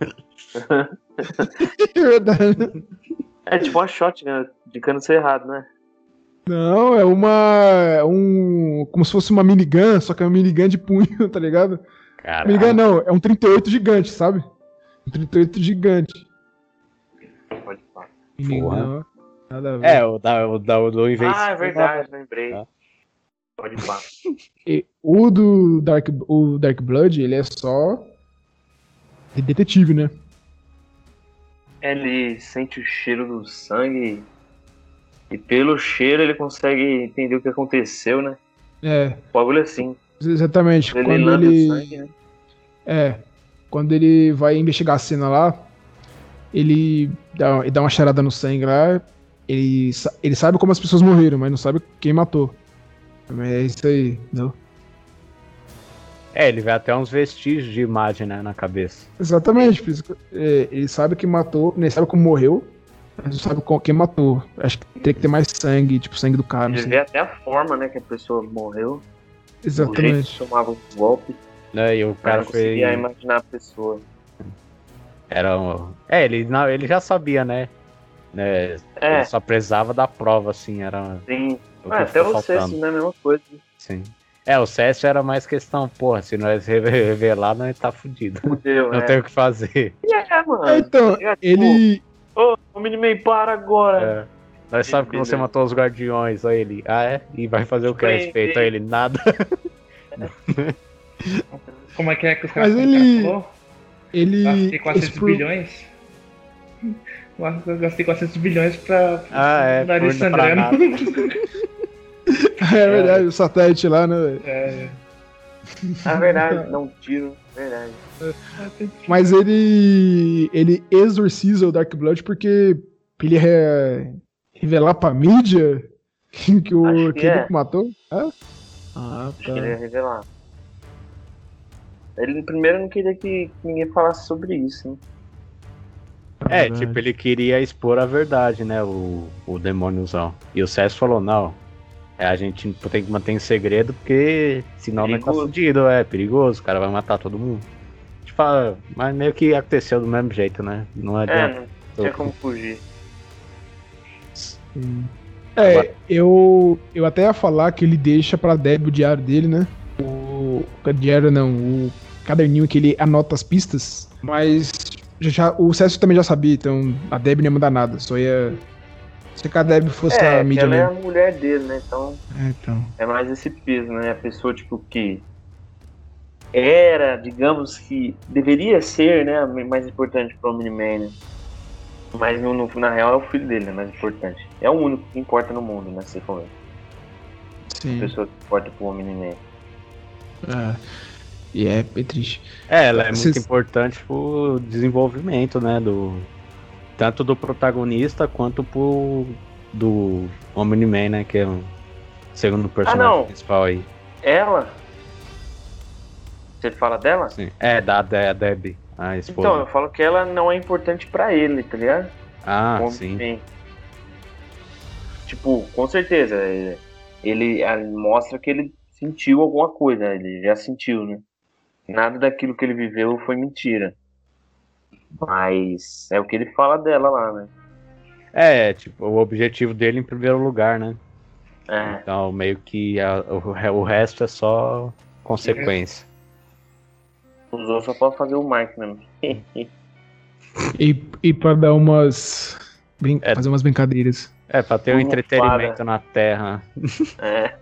É verdade. É tipo uma shotgun de cano cerrado, né? Não, é uma. É um. Como se fosse uma minigun, só que é uma minigun de punho, tá ligado? Minigun Caralho. não, é um trinta e oito gigante, sabe? Um trinta e oito gigante. Pode falar. Minigun, Porra. nada a ver. É, o da, o da, o do Invencível. Ah, é verdade, lembrei. Ah. Pode falar. E o do Dark, o Dark Blood, ele é só de detetive, né? Ele sente o cheiro do sangue e pelo cheiro ele consegue entender o que aconteceu, né? É, O bagulho assim. exatamente. Ele Quando lambe ele, o sangue, né? é, quando ele vai investigar a cena lá, ele dá, ele dá uma charada no sangue lá, ele, sa- ele sabe como as pessoas morreram, mas não sabe quem matou. É isso aí, não? É, ele vê até uns vestígios de imagem, né, na cabeça. Exatamente, por isso que, é, ele sabe que matou, ele sabe como morreu, mas não sabe qual- quem matou. Acho que tem que ter mais sangue, tipo sangue do cara, não Ele sei. vê até a forma, né, que a pessoa morreu. O jeito Exatamente. que tomava os golpes. Né, e o O cara cara conseguia foi. imaginar a pessoa. Era um... É, ele, não, ele já sabia, né? né? É. Ele só precisava da prova, assim, era Sim. o que Ah, até ficou o Cécio, faltando. né? A mesma coisa. Sim. É, o Cécio era mais questão, porra, se nós revelar, nós tá fudido. Fudeu, Não é. tem o que fazer. E é, mano. É, então, Tá ligado? ele. Ô, o Miniman, para agora. É. Nós sabemos que você Beleza. matou os guardiões, aí ele. Ah, é? E vai fazer o que a Prender. respeito? Aí ele, nada. Como é que é que os caras Mas como o cara ele- falou? Ele. Gastei quatrocentos expro- bilhões. Eu gastei quatrocentos bilhões pra. Ah, é, pro nariz por- pra sangrando. É verdade, o satélite lá, né, velho? É, Ah, verdade, dá um tiro. Verdade. Mas ele. Ele exorciza o Dark Blood porque. Pra ele re- revelar pra mídia que o Acho que que ele é. que matou. Ah, ah Acho que ele tá. ia revelar. Ele primeiro não queria que ninguém falasse sobre isso, né? É, Verdade. tipo, ele queria expor a verdade, né? O, o demôniozão. E o César falou, não. É, a gente tem que manter em segredo, porque senão não tá Perigoso. fudido, é perigoso, o cara vai matar todo mundo. Tipo, ah, mas meio que aconteceu do mesmo jeito, né? Não É, adianta. não tinha como fugir. Sim. É, eu, eu até ia falar que ele deixa pra Deb o diário dele, né? O, o diário não, o caderninho que ele anota as pistas, mas já, já- o César também já sabia, então a Deb não ia mandar nada, só ia, Se a Kadeb fosse É, a que mídia ela é a mesmo. mulher dele, né? Então É, então. é mais esse peso, né? A pessoa, tipo, que era, digamos que deveria ser, né? a mais importante pro Omni-Man, né? Mas no, no- na real é o filho dele, né? Mais importante. É o único que importa no mundo, né? Se você for ver. A Sim. pessoa que importa pro Omni-Man. É. E é bem triste. É, ela é Vocês- muito importante pro desenvolvimento, né? Do, tanto do protagonista quanto pro do Omni-Man, né? Que é o segundo personagem não. principal aí. Ela? Você fala dela? Sim. É, da, da Debbie, a esposa. Então, eu falo que ela não é importante pra ele, tá ligado? ah, Como sim. tem. Tipo, com certeza. Ele, ele ah, mostra que ele sentiu alguma coisa. Ele já sentiu, né? Nada daquilo que ele viveu foi mentira. Mas é o que ele fala dela lá, né? É, tipo, o objetivo dele em primeiro lugar, né? É. Então, meio que a- o, re- o resto é só consequência. Usou só pra fazer o Mark mesmo. E, e pra dar umas. brin- É. Fazer umas brincadeiras. É, pra ter um Uma entretenimento fada. na Terra. É.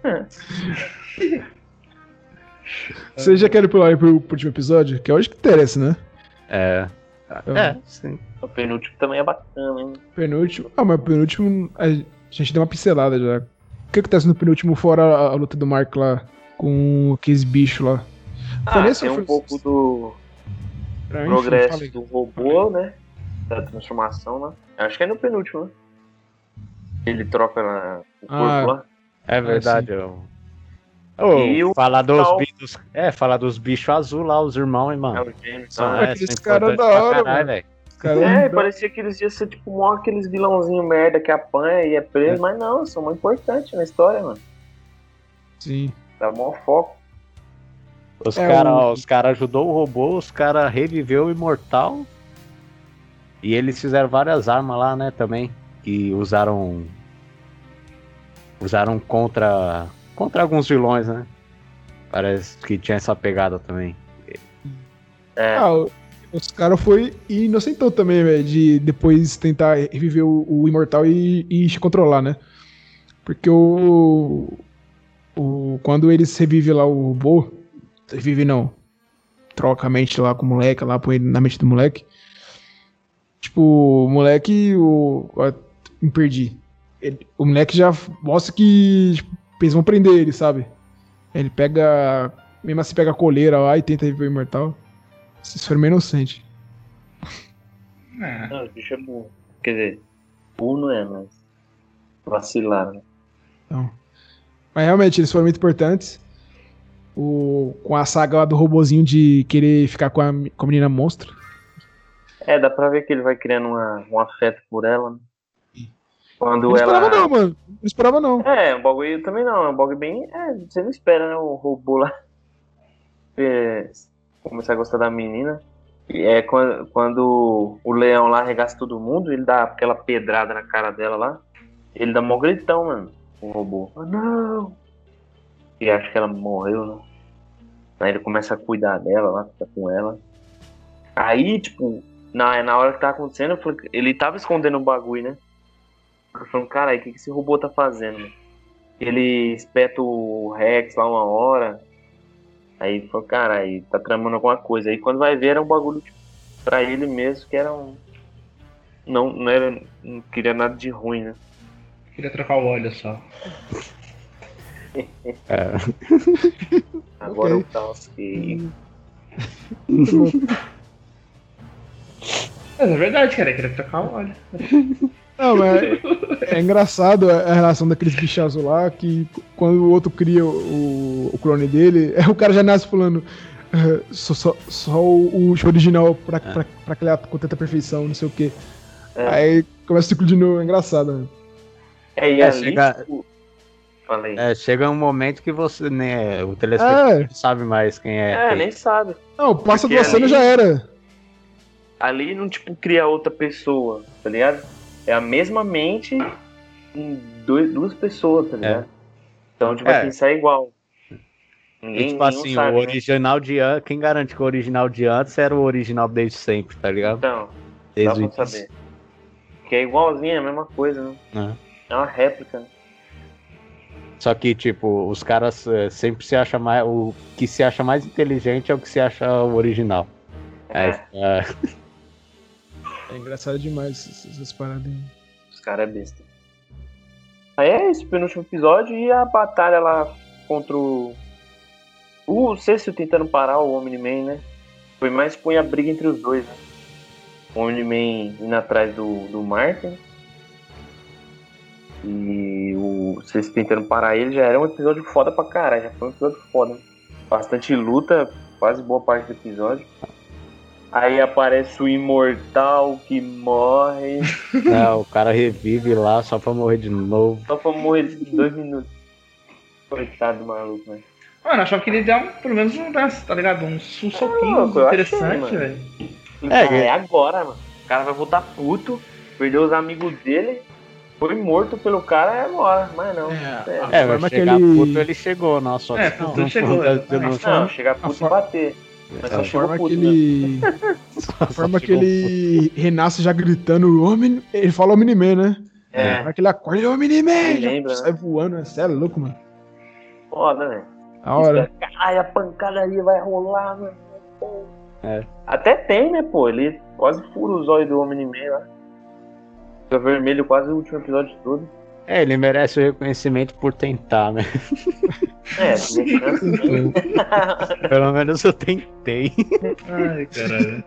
Vocês já querem pular aí pro, pro último episódio? Que é hoje que interessa, né? É. Então, É, sim. O penúltimo também é bacana, hein? Penúltimo. Ah, mas penúltimo. A gente deu uma pincelada já. O que acontece no penúltimo, fora a, a luta do Mark lá com aqueles bichos lá? Foi Ah, nesse tem ou um foi- pouco do Ah, enfim, progresso falei. do robô, né? Da transformação, né? Acho que é no penúltimo, né? Ele troca na- o corpo Ah, lá. É verdade. eu... Ô, E o falar dos tal- bichos. É, falar dos bichos azul lá, os irmãos, hein, É mano. o James. São, né? é, aqueles são cara importantes da pra hora, caralho, mano. velho. Cara, É, parecia que eles iam ser tipo mó aqueles vilãozinhos merda que apanha e é preso, É. mas não, são muito importantes na história, mano. Sim. Dá mó foco. Os É, caras o- os cara ajudou o robô, os caras reviveu o imortal. E eles fizeram várias armas lá, né, também. Que usaram. Usaram contra. Contra alguns vilões, né? Parece que tinha essa pegada também. É, Ah, o- os caras foi inocentão também, velho, de depois tentar reviver o, o imortal e, e se controlar, né? Porque o, o. Quando eles revivem lá o robô. Revive não. Troca a mente lá com o moleque, lá põe na mente do moleque. Tipo, o moleque. O, ó, me perdi. Ele- o moleque já mostra que tipo, eles vão prender ele, sabe? Ele pega. Mesmo assim, pega a coleira lá e tenta reviver o imortal. Vocês foram meio inocentes. Ah, não, o bicho é burro. Quer dizer, burro não é, mas vacilaram. né? Então. Mas realmente, eles foram muito importantes. O, com a saga lá do robozinho de querer ficar com a, com a menina monstro. É, dá pra ver que ele vai criando uma, um afeto por ela, né? Quando Não esperava ela. não, mano. Não esperava não. É, um bagulho também não, é um bagulho bem. É, você não espera, né? O robô lá. É, começar a gostar da menina. E é quando, quando o leão lá arregaça todo mundo, ele dá aquela pedrada na cara dela lá. Ele dá mó gritão, mano. O robô. Ah, não! E acha que ela morreu, né? Aí ele começa a cuidar dela lá, fica com ela. Aí, tipo, na, na hora que tá acontecendo, eu falei, ele tava escondendo o bagulho, né? Eu falei, cara, o que, que esse robô tá fazendo? Né? Ele espeta o Rex lá uma hora. Aí falou, cara, aí tá tramando alguma coisa. Aí quando vai ver era um bagulho tipo, pra ele mesmo, que era um. Não, não era. Não queria nada de ruim, né? queria trocar o óleo só. É. Agora Ok. o caos que. Mas é verdade, cara, eu queria trocar o óleo. Não, mas é engraçado a a relação daqueles bichos azul lá, que quando o outro cria o, o clone dele, é, o cara já nasce falando "Ah, só, só, só o, o original pra, pra, pra criar com tanta perfeição, não sei o quê. É. Aí começa o ciclo de novo, é engraçado, né? É, e É, ali. chega- Tipo, falei. É, chega um momento que você, né, o telespectador É. não sabe mais quem é. É, quem. nem sabe. Não, passa Porque duas cenas ali- já era. Ali não, tipo, cria outra pessoa, tá ligado? É a mesma mente em dois, duas pessoas, tá ligado? Então, tipo, É. assim, sai igual. E, Ninguém, tipo nenhum assim, sabe, o né? original de antes, quem garante que o original de antes era o original desde sempre, tá ligado? Então, dá Desde o pra início. saber. Que é igualzinho, é a mesma coisa, né? Né? É uma réplica, né? Só que, tipo, os caras é, sempre se acham mais. O que se acha mais inteligente é o que se acha o original. É. É, É engraçado demais essas, essas paradas aí. Os caras é besta. Aí é esse o penúltimo episódio e a batalha lá contra o. O Cecil tentando parar o Omni-Man, né? Foi mais põe a briga entre os dois, né? O Omni-Man indo atrás do, do Martin. E o Cecil tentando parar ele já era um episódio foda pra caralho. Já foi um episódio foda. Né? Bastante luta, quase boa parte do episódio. Aí aparece o Imortal que morre. Não, o cara revive lá só pra morrer de novo. Só pra morrer de dois minutos. Coitado do maluco, né? Mano, achava que ele deu um, pelo menos um, tá ligado? Um, um soquinho louco, eu interessante, achei, velho. É, É, é agora, mano. O cara vai voltar puto, perdeu os amigos dele, foi morto pelo cara e agora. Mas não. É, É, a É, forma vai que chegar ele- puto, ele chegou, não, só que É, não, puto não, chegou, não, exatamente. não, não, chegar puto a e for- bater. Mas A só chegou forma que puto, né? ele. A só forma que chegou ele renasce já gritando. Omni... Ele fala Omni-Man, né? Na É, hora que ele acorda, ele é Omni-Man! Ele Já lembra, sai né? voando, você é louco, mano. foda, né? A hora. Caralho, a pancadaria vai rolar, mano. É. Até tem, né, pô? Ele quase fura o zóio do Omni-Man lá. Fica vermelho quase o último episódio todo. É, ele merece o reconhecimento por tentar, né? É, tinha chance, né? Pelo menos eu tentei. Ai, caralho.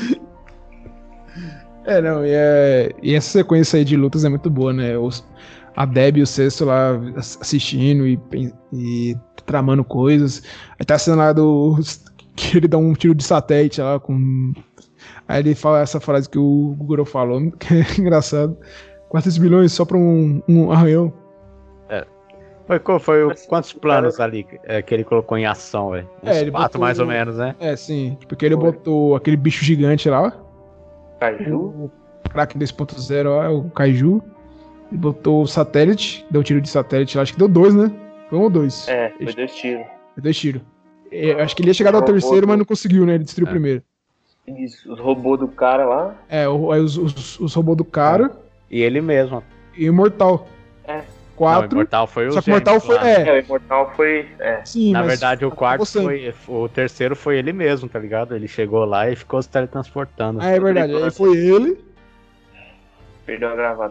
É, não, e, é... e essa sequência aí de lutas é muito boa, né? Os... A Deb e o Cesto lá assistindo e, pen- e tramando coisas. Aí tá a cena lá do. Que ele dá um tiro de satélite lá com. Aí ele fala essa frase que o Goro falou, que é engraçado. quatrocentos milhões só pra um, um arranhão. Foi, qual foi o- Mas, quantos planos ali é, que ele colocou em ação, velho? Uns É, ele quatro botou- mais ou menos, né? É, sim. Porque ele Foi. botou aquele bicho gigante lá. Kaiju? O Kraken dois ponto zero, ó, o Kaiju. Ele botou o satélite, deu um tiro de satélite lá, acho que deu dois, né? Foi um ou dois? É, foi dois tiros. Deu dois tiros. É, acho que ele ia chegar ao Robô terceiro, do- mas não conseguiu, né? Ele destruiu o É. primeiro. Isso, os robôs do cara lá. É, o- aí os, os, os robôs do cara E ele mesmo. e o Imortal. É. Não, o Quatro. Imortal foi o Só que o Imortal gêmeo, foi. claro. É, É, o Imortal foi. É. sim, Na mas verdade, o quarto acabou sendo. foi. O terceiro foi ele mesmo, tá ligado? Ele chegou lá e ficou se teletransportando. Ah, é verdade. Aí foi ele. Perdeu a gravata.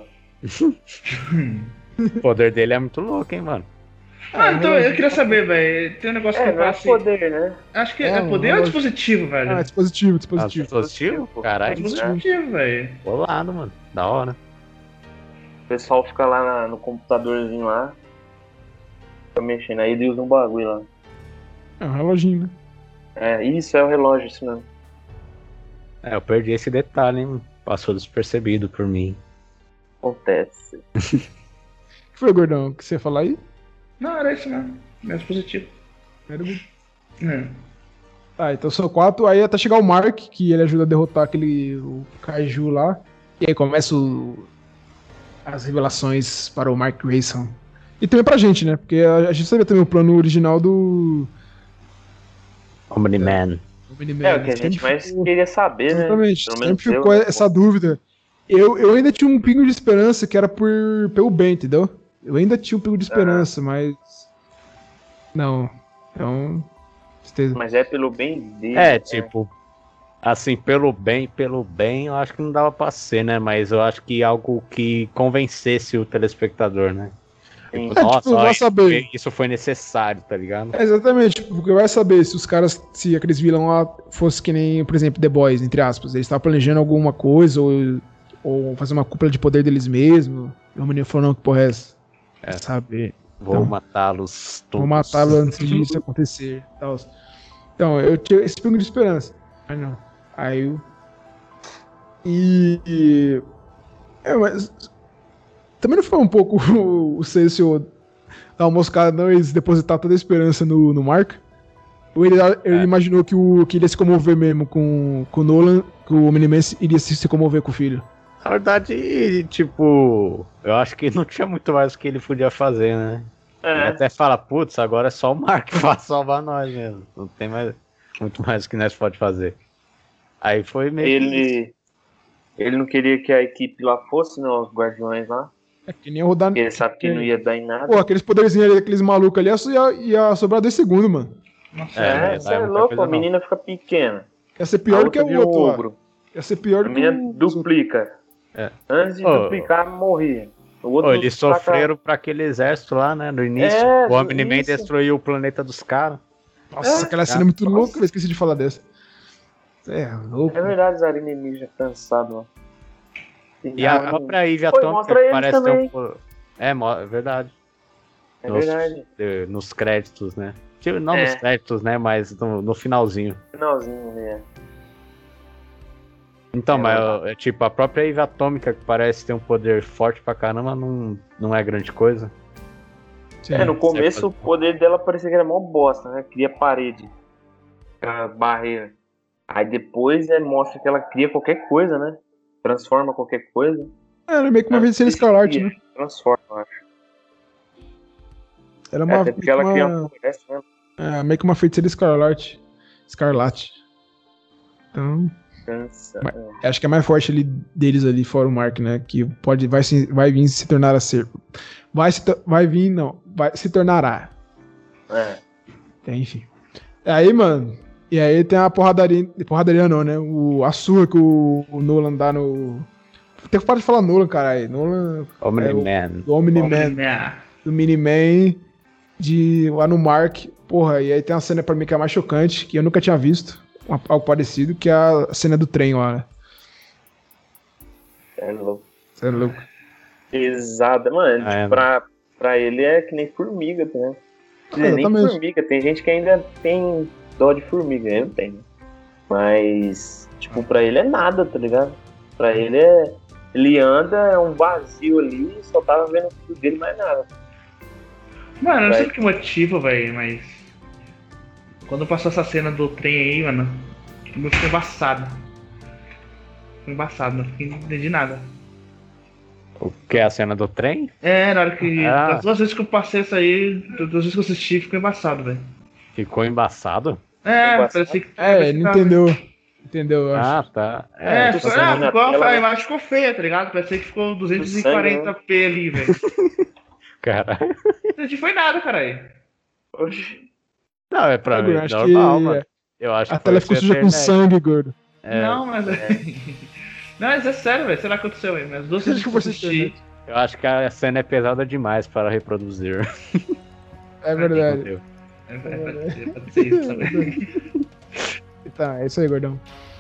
O poder dele é muito louco, hein, mano? Ah, então eu queria saber, velho. Tem um negócio que É, eu não é falo assim. poder, né? Acho que É, é, um poder ou relógio. dispositivo, velho? Ah, dispositivo, Ah, dispositivo. dispositivo? pô. Caralho, dispositivo, velho. bolado, mano. Da hora. O pessoal fica lá na- no computadorzinho lá. Fica mexendo. Aí ele usa um bagulho lá. É um reloginho, né? É, isso é o relógio, isso mesmo. É, eu perdi esse detalhe, hein? Passou despercebido por mim. Acontece. O que foi, gordão? O que você ia falar aí? Não, era isso mesmo. É dispositivo. Era o- É. Tá, então são quatro. Aí até chegar o Mark, que ele ajuda a derrotar aquele o Kaiju lá. E aí começa o- as revelações para o Mark Grayson. E também pra gente, né? Porque a, a gente sabia também o plano original do. Omni-Man. do Miniman. É o que a gente Sempre mais ficou- queria saber, né? Exatamente. Pelo menos Sempre eu, ficou né? essa dúvida. Eu, eu ainda tinha um pingo de esperança que era por, pelo bem, entendeu? Eu ainda tinha um pingo de esperança, mas. Não. Então. Tristeza. Mas é pelo bem dele. É, né? tipo, assim, pelo bem, pelo bem, eu acho que não dava pra ser, né? Mas eu acho que algo que convencesse o telespectador, né? Sim. Tipo, É, nossa, tipo, vai ó, saber. isso foi necessário, tá ligado? É, exatamente, porque vai saber se os caras, se aqueles vilão lá fosse que nem, por exemplo, The Boys, entre aspas, eles estavam planejando alguma coisa ou, ou fazer uma cúpula de poder deles mesmos. E o menino falou, não, que porra é essa? É. Saber. Vou Então, matá-los todos. Vou matá-lo antes disso acontecer. Tal. Então, eu tinha esse pingo de esperança. Mas não. Aí eu. E. e- É, mas. Também não foi um pouco o Cecil dar uma moscada não e depositar toda a esperança no, no Mark? Ou ele, ele É. imaginou que, o, que ele ia se comover mesmo com, com o Nolan, que o Omni-Man iria se, se comover com o filho? Na verdade, tipo, eu acho que não tinha muito mais o que ele podia fazer, né? Ele É, até fala, putz, agora é só o Mark pra salvar nós mesmo. Não tem mais, muito mais que nós pode fazer. Aí foi meio que isso. ele. Ele não queria que a equipe lá fosse, né? Os guardiões lá. É que nem rodar. Porque ele sabe que não ia dar em nada. Pô, aqueles poderzinhos ali, aqueles malucos ali, ia, ia sobrar dois segundos, mano. Nossa, É, É, não você é é muita louco, coisa, a não. menina fica pequena. Ia ser A pior do que outra o vira um outro lá. ogro. Ia ser pior A do que menina o. duplica. É. Antes de Ô, duplicar, morria. O outro Pô, eles taca- sofreram pra aquele exército lá, né? No início. É, o Omni-Man isso. destruiu o planeta dos caras. Nossa, É, aquela cena é muito nossa. louca, eu esqueci de falar dessa. É louco. É verdade, os alienígenas cansados, mano. E a própria Eve Pô, Atômica mostra eles parece ter também. um. po- É, mo- é verdade. É nos, verdade. de- nos créditos, né? Tipo, não É. nos créditos, né? Mas no, no finalzinho. Finalzinho, né? Então, É mas verdade. é, tipo, a própria Eve Atômica, que parece ter um poder forte pra caramba, não, não é grande coisa. Sim. É, no começo Você o poder dela parecia que era mó bosta, né? Cria parede. A barreira. Aí depois é, mostra que ela cria qualquer coisa, né? Transforma qualquer coisa. É, era meio que uma Ah, feiticeira isso escarlate, cria, né? Transforma, eu acho. Era É, uma, até meio porque que ela cria uma, uma floresta, né? é, meio que uma feiticeira escarlate. Escarlate. Então, Cansa. Mas- é. acho que é mais forte ali deles ali, fora o Mark, né? Que pode, vai, se, vai vir se tornar a ser. Vai, se, to- vai vir, não. Vai se tornará. É. É, enfim. Aí, mano. E aí tem a porradaria. Porradaria não, né? O, a surra que o, o Nolan dá no. Tem que parar de falar Nolan, caralho. Nolan. Omni-Man. Do Omni-Man. Omni-Man. Do Mini-Man. De lá no Mark. Porra, e aí tem uma cena pra mim que é a mais chocante, que eu nunca tinha visto. uma- Algo parecido, que é a cena do trem lá, né? É louco. Você é louco. Pesada, mano. Ah, é, tipo, pra, pra ele é que nem formiga, tá ligado? Quer dizer, nem Exatamente. formiga. Tem gente que ainda tem dó de formiga. Eu não tenho. Mas, tipo, pra ele é nada, tá ligado? Pra ele é. Ele anda, é um vazio ali, só tava vendo tudo dele, mais nada. Mano, eu não Vai. sei o que motivo, velho, mas. Quando passou essa cena do trem aí, mano, eu fiquei embaçado. Fiquei embaçado, não fiquei- não entendi nada. O que é a cena do trem? É, na hora que. Ah. Das duas vezes que eu passei isso aí, das duas vezes que eu assisti, ficou embaçado, velho. Ficou embaçado? É, Embaçado? parecia que. É, parecia ele que não tava- entendeu. Entendeu, eu acho. Ah, tá. É, tô ficou, fazendo ah, na ficou, tela, a né? imagem ficou feia, tá ligado? Parecia que ficou duzentos e quarenta p ali, velho. Caralho. Não foi nada, caralho. Oxi. Não, é pra Ah, mim eu acho normal, que mano. Eu acho a que tela foi ficou suja com internet. sangue, gordo. É, Não, mas. Não, mas é sério, velho. Sei lá o que aconteceu aí. Mas as duas Acho vezes que que eu foi assisti. internet. eu acho que a cena é pesada demais para reproduzir. É verdade. Entendeu? É, pode ser, pode ser isso também. Tá, é isso aí, gordão.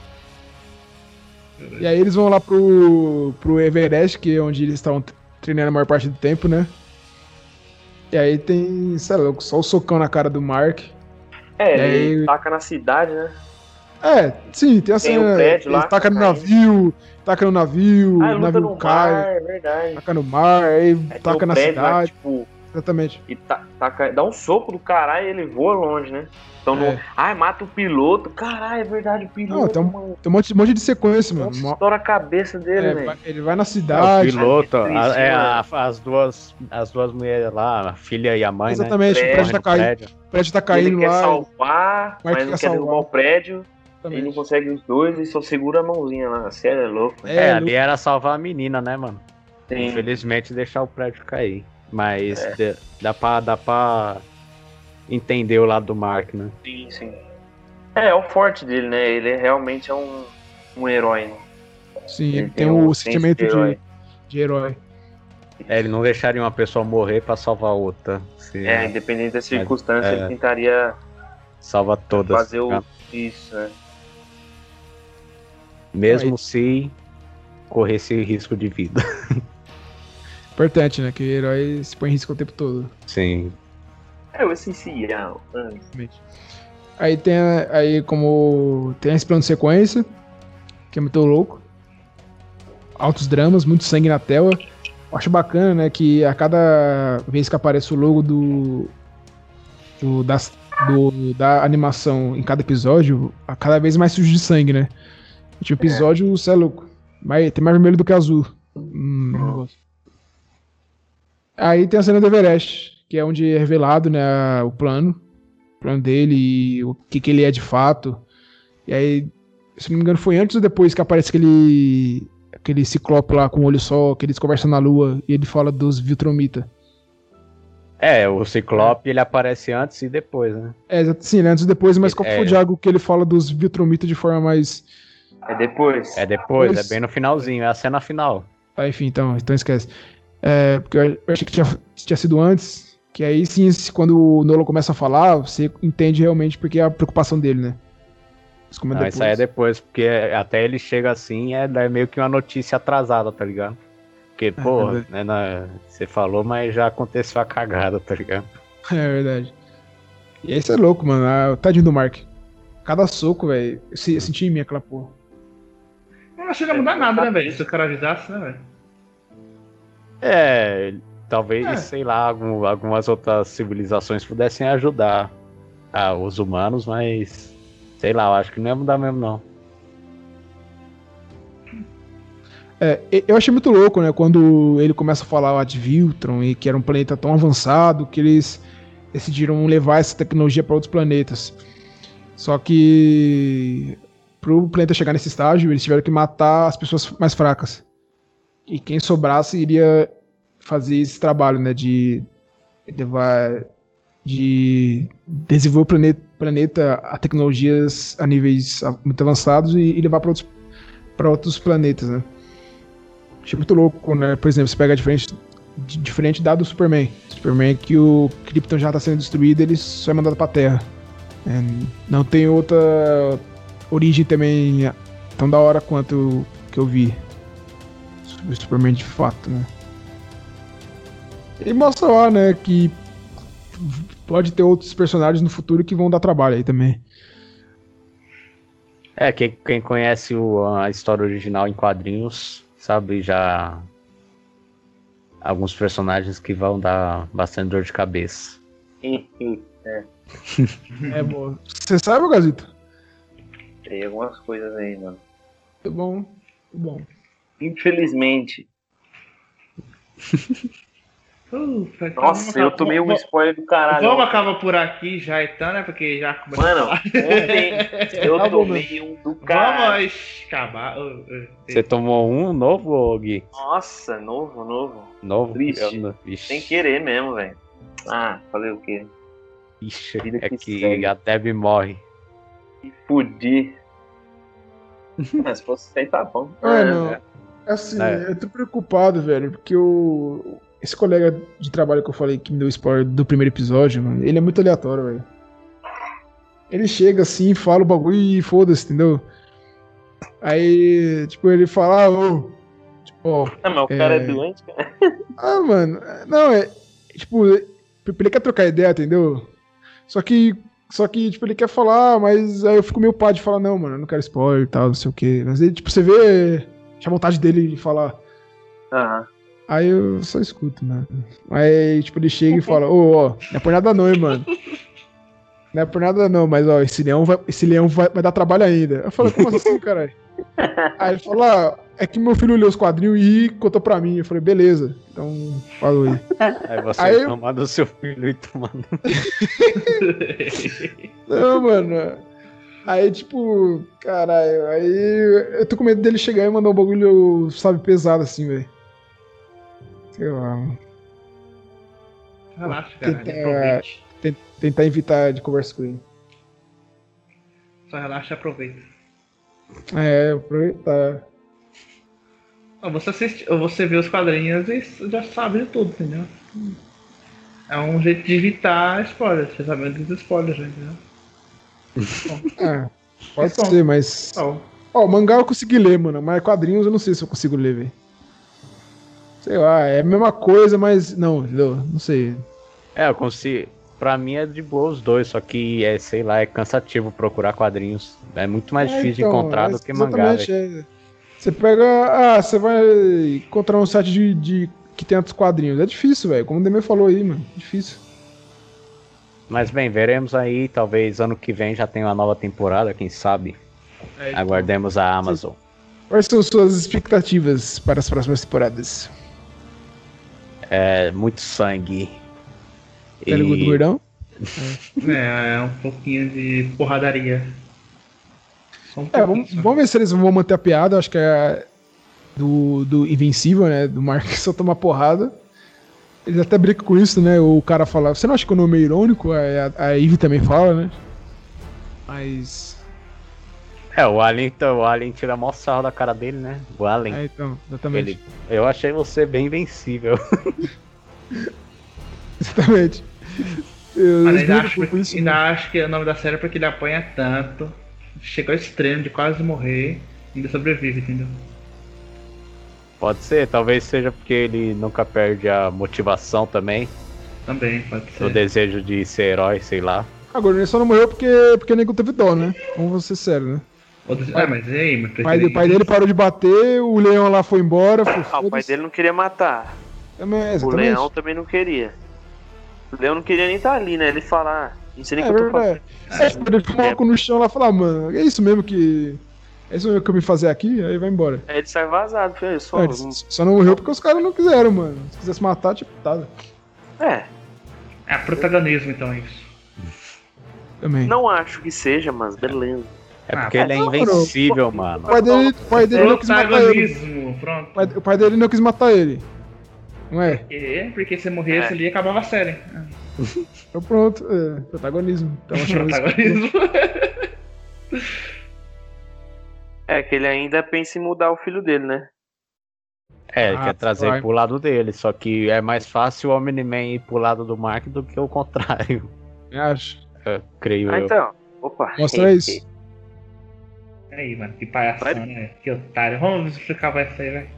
E aí eles vão lá pro, pro Everest, que é onde eles estavam t- treinando a maior parte do tempo, né? E aí tem, sei lá, louco, só o socão na cara do Mark. É, E ele aí- taca na cidade, né? É, sim, tem a Tem cena. um prédio ele lá taca no caindo. navio, taca no navio, Ah, o luta navio no cai, mar, é verdade. taca no mar, aí Aí tem taca o na prédio lá, cidade. tipo, Exatamente. e ta- taca, dá um soco do caralho e ele voa longe, né? Então, É. no, ai, mata o piloto. Caralho, é verdade, o piloto, Não, tem um- mano. Tem um monte, um monte de sequência, mano. Nossa, Uma- estoura a cabeça dele, é, velho. vai- ele vai na É, o cidade. piloto, triste, a- é, a- mano. as, duas, as duas mulheres lá, a filha e a mãe, Exatamente, né? o prédio tá Corre no caindo. prédio. O prédio tá Ele caindo quer lá. salvar, Mark mas quer não quer salvar. derrubar o prédio. Ele não Exatamente. consegue os dois e só segura a mãozinha lá. Sério, é louco. né? É, É, ali era salvar a menina, né, mano? Tem- Infelizmente deixar o prédio cair. Mas É. de- dá, pra, dá pra entender o lado do Mark, né? Sim, sim. É, é o forte dele, né? Ele é- realmente é um, um herói, né? Sim, Ele ele tem um o senso sentimento de herói. de, de herói. É, ele não deixaria uma pessoa morrer pra salvar outra. Se É, independente das circunstâncias, é. ele tentaria salva todas. fazer o... né? isso, né? Mesmo se corresse risco de vida. Importante, né? Que o herói se põe em risco o tempo todo. Sim. É o essencial. né? Exatamente. Aí tem a- aí como tem esse plano de sequência, que é muito louco. Altos dramas, muito sangue na tela. Eu acho bacana, né, que a cada vez que aparece o logo do, do, das- do- da animação em cada episódio, a cada vez mais sujo de sangue, né? O último episódio, você é louco. Mais, tem mais vermelho do que azul. Hum, negócio. Aí tem a cena do Everest, que é onde é revelado, né, o plano. O plano dele e o que, que ele é de fato. E aí, se não me engano, foi antes ou depois que aparece aquele. aquele ciclope lá com o olho só, que eles conversam na lua, e ele fala dos Viltromita. É, o Ciclope ele aparece antes e depois, né? É, sim, né, antes e depois, mas qual É. foi o diálogo que ele fala dos Viltromita de forma mais... É depois. É depois, Pois- é bem no finalzinho, é a cena final. Ah, enfim, então, então esquece. É, porque eu achei que tinha, tinha sido antes, que aí sim, se- quando o Nolan começa a falar, você entende realmente porque é a preocupação dele, né? Mas como é Não, depois. isso aí é depois, porque até ele chega assim, é, é meio que uma notícia atrasada, tá ligado? Porque, pô, verdade. né, na- você falou, mas já aconteceu a cagada, tá ligado? É verdade. E aí você é louco, mano. Ah, tadinho do Mark. Cada soco, velho, eu, se- eu senti em mim aquela porra. Não achei que ia mudar nada, né, velho? Se o cara avisasse, né, velho? É, talvez, É. sei lá, algum- algumas outras civilizações pudessem ajudar ah, os humanos, mas sei lá, eu acho que não ia mudar mesmo, não. É, e- eu achei muito louco, né, quando ele começa a falar lá de Viltron e que era um planeta tão avançado que eles decidiram levar essa tecnologia para outros planetas. Só que pro planeta chegar nesse estágio, eles tiveram que matar as pessoas mais fracas. E quem sobrasse iria fazer esse trabalho, né, de levar, de desenvolver o planeta, planeta a tecnologias a níveis muito avançados e, e levar para outros, para outros planetas, né. Achei muito louco, né? Por exemplo, você pega diferente, di- diferente da do Superman. Superman que o Krypton já tá sendo destruído, ele só é mandado pra Terra. É, não tem outra origem também tão da hora quanto que eu vi sobre o Superman de fato, né? E mostra lá, né, que pode ter outros personagens no futuro que vão dar trabalho aí também. É, quem, quem conhece o- a história original em quadrinhos sabe já alguns personagens que vão dar bastante dor de cabeça. É bom. Você sabe, Gazito? Tem algumas coisas aí, mano. Muito bom, muito bom. Infelizmente. Puta, então Nossa, vamos eu acabar- tomei um vamos- spoiler do caralho. Vamos acabar por aqui já, então, né? Porque já começou Mano, a falar. ontem eu Tá bom, tomei um do caralho. Vamos acabar. Ô, ô, Você tomou um novo, ô, Gui? Nossa, novo, novo. Novo? Triste. Eu não- Ixi, Sem querer mesmo, velho. Ah, falei o quê? ixi, Vida é que que segue. a Deb morre. Me fudi. Mas se fosse aí, tá bom. Mano, É, assim, É. eu tô preocupado, velho, porque o. Esse colega de trabalho que eu falei que me deu spoiler do primeiro episódio, mano, ele é muito aleatório, velho. Ele chega assim, fala o bagulho e foda-se, entendeu? Aí, tipo, ele fala, ah, ô. Tipo, ó, Ah, mas o cara é, É. doente, cara. ah, mano, não, é. Tipo, ele quer trocar ideia, entendeu? Só que. Só que, tipo, ele quer falar, mas aí eu fico meio pá de falar, não, mano, eu não quero spoiler e tal, não sei o quê. Mas aí, tipo, você vê. Tinha vontade dele de falar. Aham. Aí eu só escuto, né? Aí, tipo, ele chega e fala, ô, ó, não é por nada não, hein, mano. Não é por nada não, mas, ó, esse leão vai, esse leão vai, vai dar trabalho ainda. Eu falei, como assim, caralho? Aí ele falou, ah, é que meu filho leu os quadrinhos e contou pra mim. Eu falei, beleza, então, falou aí. Aí você Aí eu- toma do seu filho e tomando. Não, mano. Aí, tipo, caralho, aí eu tô com medo dele chegar e mandar um bagulho, sabe, pesado assim, velho. Sei lá, mano. Relaxa, cara. Tenta- Aproveite. Tentar evitar de conversa com ele. Só relaxa e aproveita. É, aproveitar. Ó, Você, assiste, ou você vê os quadrinhos e já sabe de tudo, entendeu? É um jeito de evitar spoilers. Você sabe dos spoilers, já, entendeu? Ah, pode Então. ser, mas. Ó, Ó, mangá eu consegui ler, mano, mas quadrinhos eu não sei se eu consigo ler, velho. Sei lá, é a mesma coisa, mas. Não, entendeu? Não sei. É, eu consigo. Pra mim é de boa os dois, só que é, sei lá, é cansativo procurar quadrinhos. É muito mais É, difícil então, de encontrar é do que mangá, exatamente, velho. é. Você pega. Ah, você vai encontrar um site de, de- que tem outros quadrinhos. É difícil, velho. Como o Demir falou aí, mano. Difícil. Mas bem, veremos aí, talvez ano que vem já tenha uma nova temporada, quem sabe. É, então. Aguardemos a Amazon. Quais são suas expectativas para as próximas temporadas? É muito sangue. Telugu do Gordão? é, é um pouquinho de porradaria. Só um É, pouquinho vamos, só. vamos ver se eles vão manter a piada. Acho que é. do, do Invencível, né? Do Mark só tomar porrada. Eles até brincam com isso, né? O cara fala, você não acha que o nome é irônico? A, a, a Eve também fala, né? Mas... É, o Alien, então, o Alien tira mó sarro da cara dele, né? O Alien. É, então, exatamente. Ele, eu achei você bem invencível. Exatamente. Eu Mas ainda, brincam acho, com porque- isso, ainda né? acho que é o nome da série é porque ele apanha tanto, chega ao extremo de quase morrer, e ainda sobrevive, entendeu? Pode ser, talvez seja porque ele nunca perde a motivação também, Também, pode o ser. desejo de ser herói, sei lá. Agora, ele só não morreu porque, porque o nego teve dó, né? Vamos ser sérios, né? Outros- Ah, mas e aí, mas O pai, o pai dele parou de bater, o leão lá foi embora. Foi, Ah, o pai foda-se. dele não queria matar. Também, O exatamente. leão também não queria. O leão não queria nem estar ali, né? Ele fala, ah, não sei nem o É que eu tô verdade. fazendo. É, tipo, ele coloca no chão lá e fala, ah, mano, é isso mesmo que. É isso mesmo que eu me fazer aqui, aí vai embora. Aí ele sai vazado, foi só. É, ele só não morreu porque os caras não quiseram, mano. Se quisesse matar, tipo, tá. É, É protagonismo, então, é isso. Também. não acho que seja, mas beleza. É Ah, porque ele é não, invencível, O mano. pai dele, o pai dele não quis matar ele. Protagonismo, pronto. O pai, o pai dele não quis matar ele. Não é? É, porque se morresse É. ali acabava a série. Então pronto, é, protagonismo. Então, achando isso- Protagonismo. É que ele ainda pensa em mudar o filho dele, né? É, ele Ah, quer trazer vai. pro lado dele, só que é mais fácil o Omni-Man ir pro lado do Mark do que o contrário. Eu acho. Eu creio Ah, eu. então. Opa. Mostra isso. Aí, mano, que palhação, Vai. né? Que otário. Vamos explicar essa aí, vai.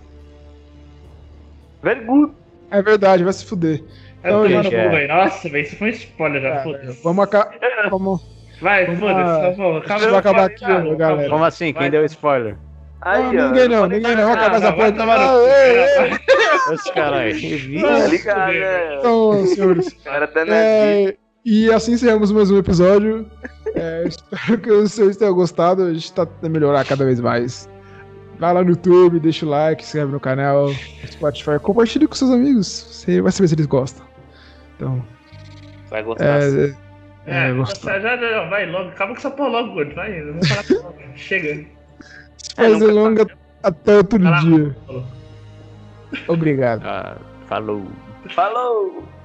Very good. É verdade, vai se fuder. Vai Então, tomar gente, no cu, é. velho. Nossa, velho, isso foi um spoiler já, É, foda-se. vamos acabar. Vamos... Vai, vamos foda-se, lá. por favor. A gente vai acabar aqui, ó, galera. Como assim? Quem Vai. deu spoiler? Aí, não, ó, ninguém não, pode ninguém dar- não. Vai acabar essa Ah, vai porra. tomar no Ah, cu, ei, cara. ei. Esse cara aí. Tá ligado, né? Então, senhores. O cara tá na vida. É, e assim encerramos mais um episódio. É, espero que os senhores tenham gostado. A gente tá tentando melhorar cada vez mais. Vai lá no YouTube, deixa o like, se inscreve no canal, no Spotify, compartilhe com seus amigos. Você vai saber se eles gostam. Então, Vai gostar. sim. é, é, É, gostar. já, já, vai logo. Acaba com essa porra logo, gordo. Vai, eu vou falar com você. Chega. Faz nunca longa até outro Vai lá. dia. Falou. Obrigado. Ah, falou. Falou!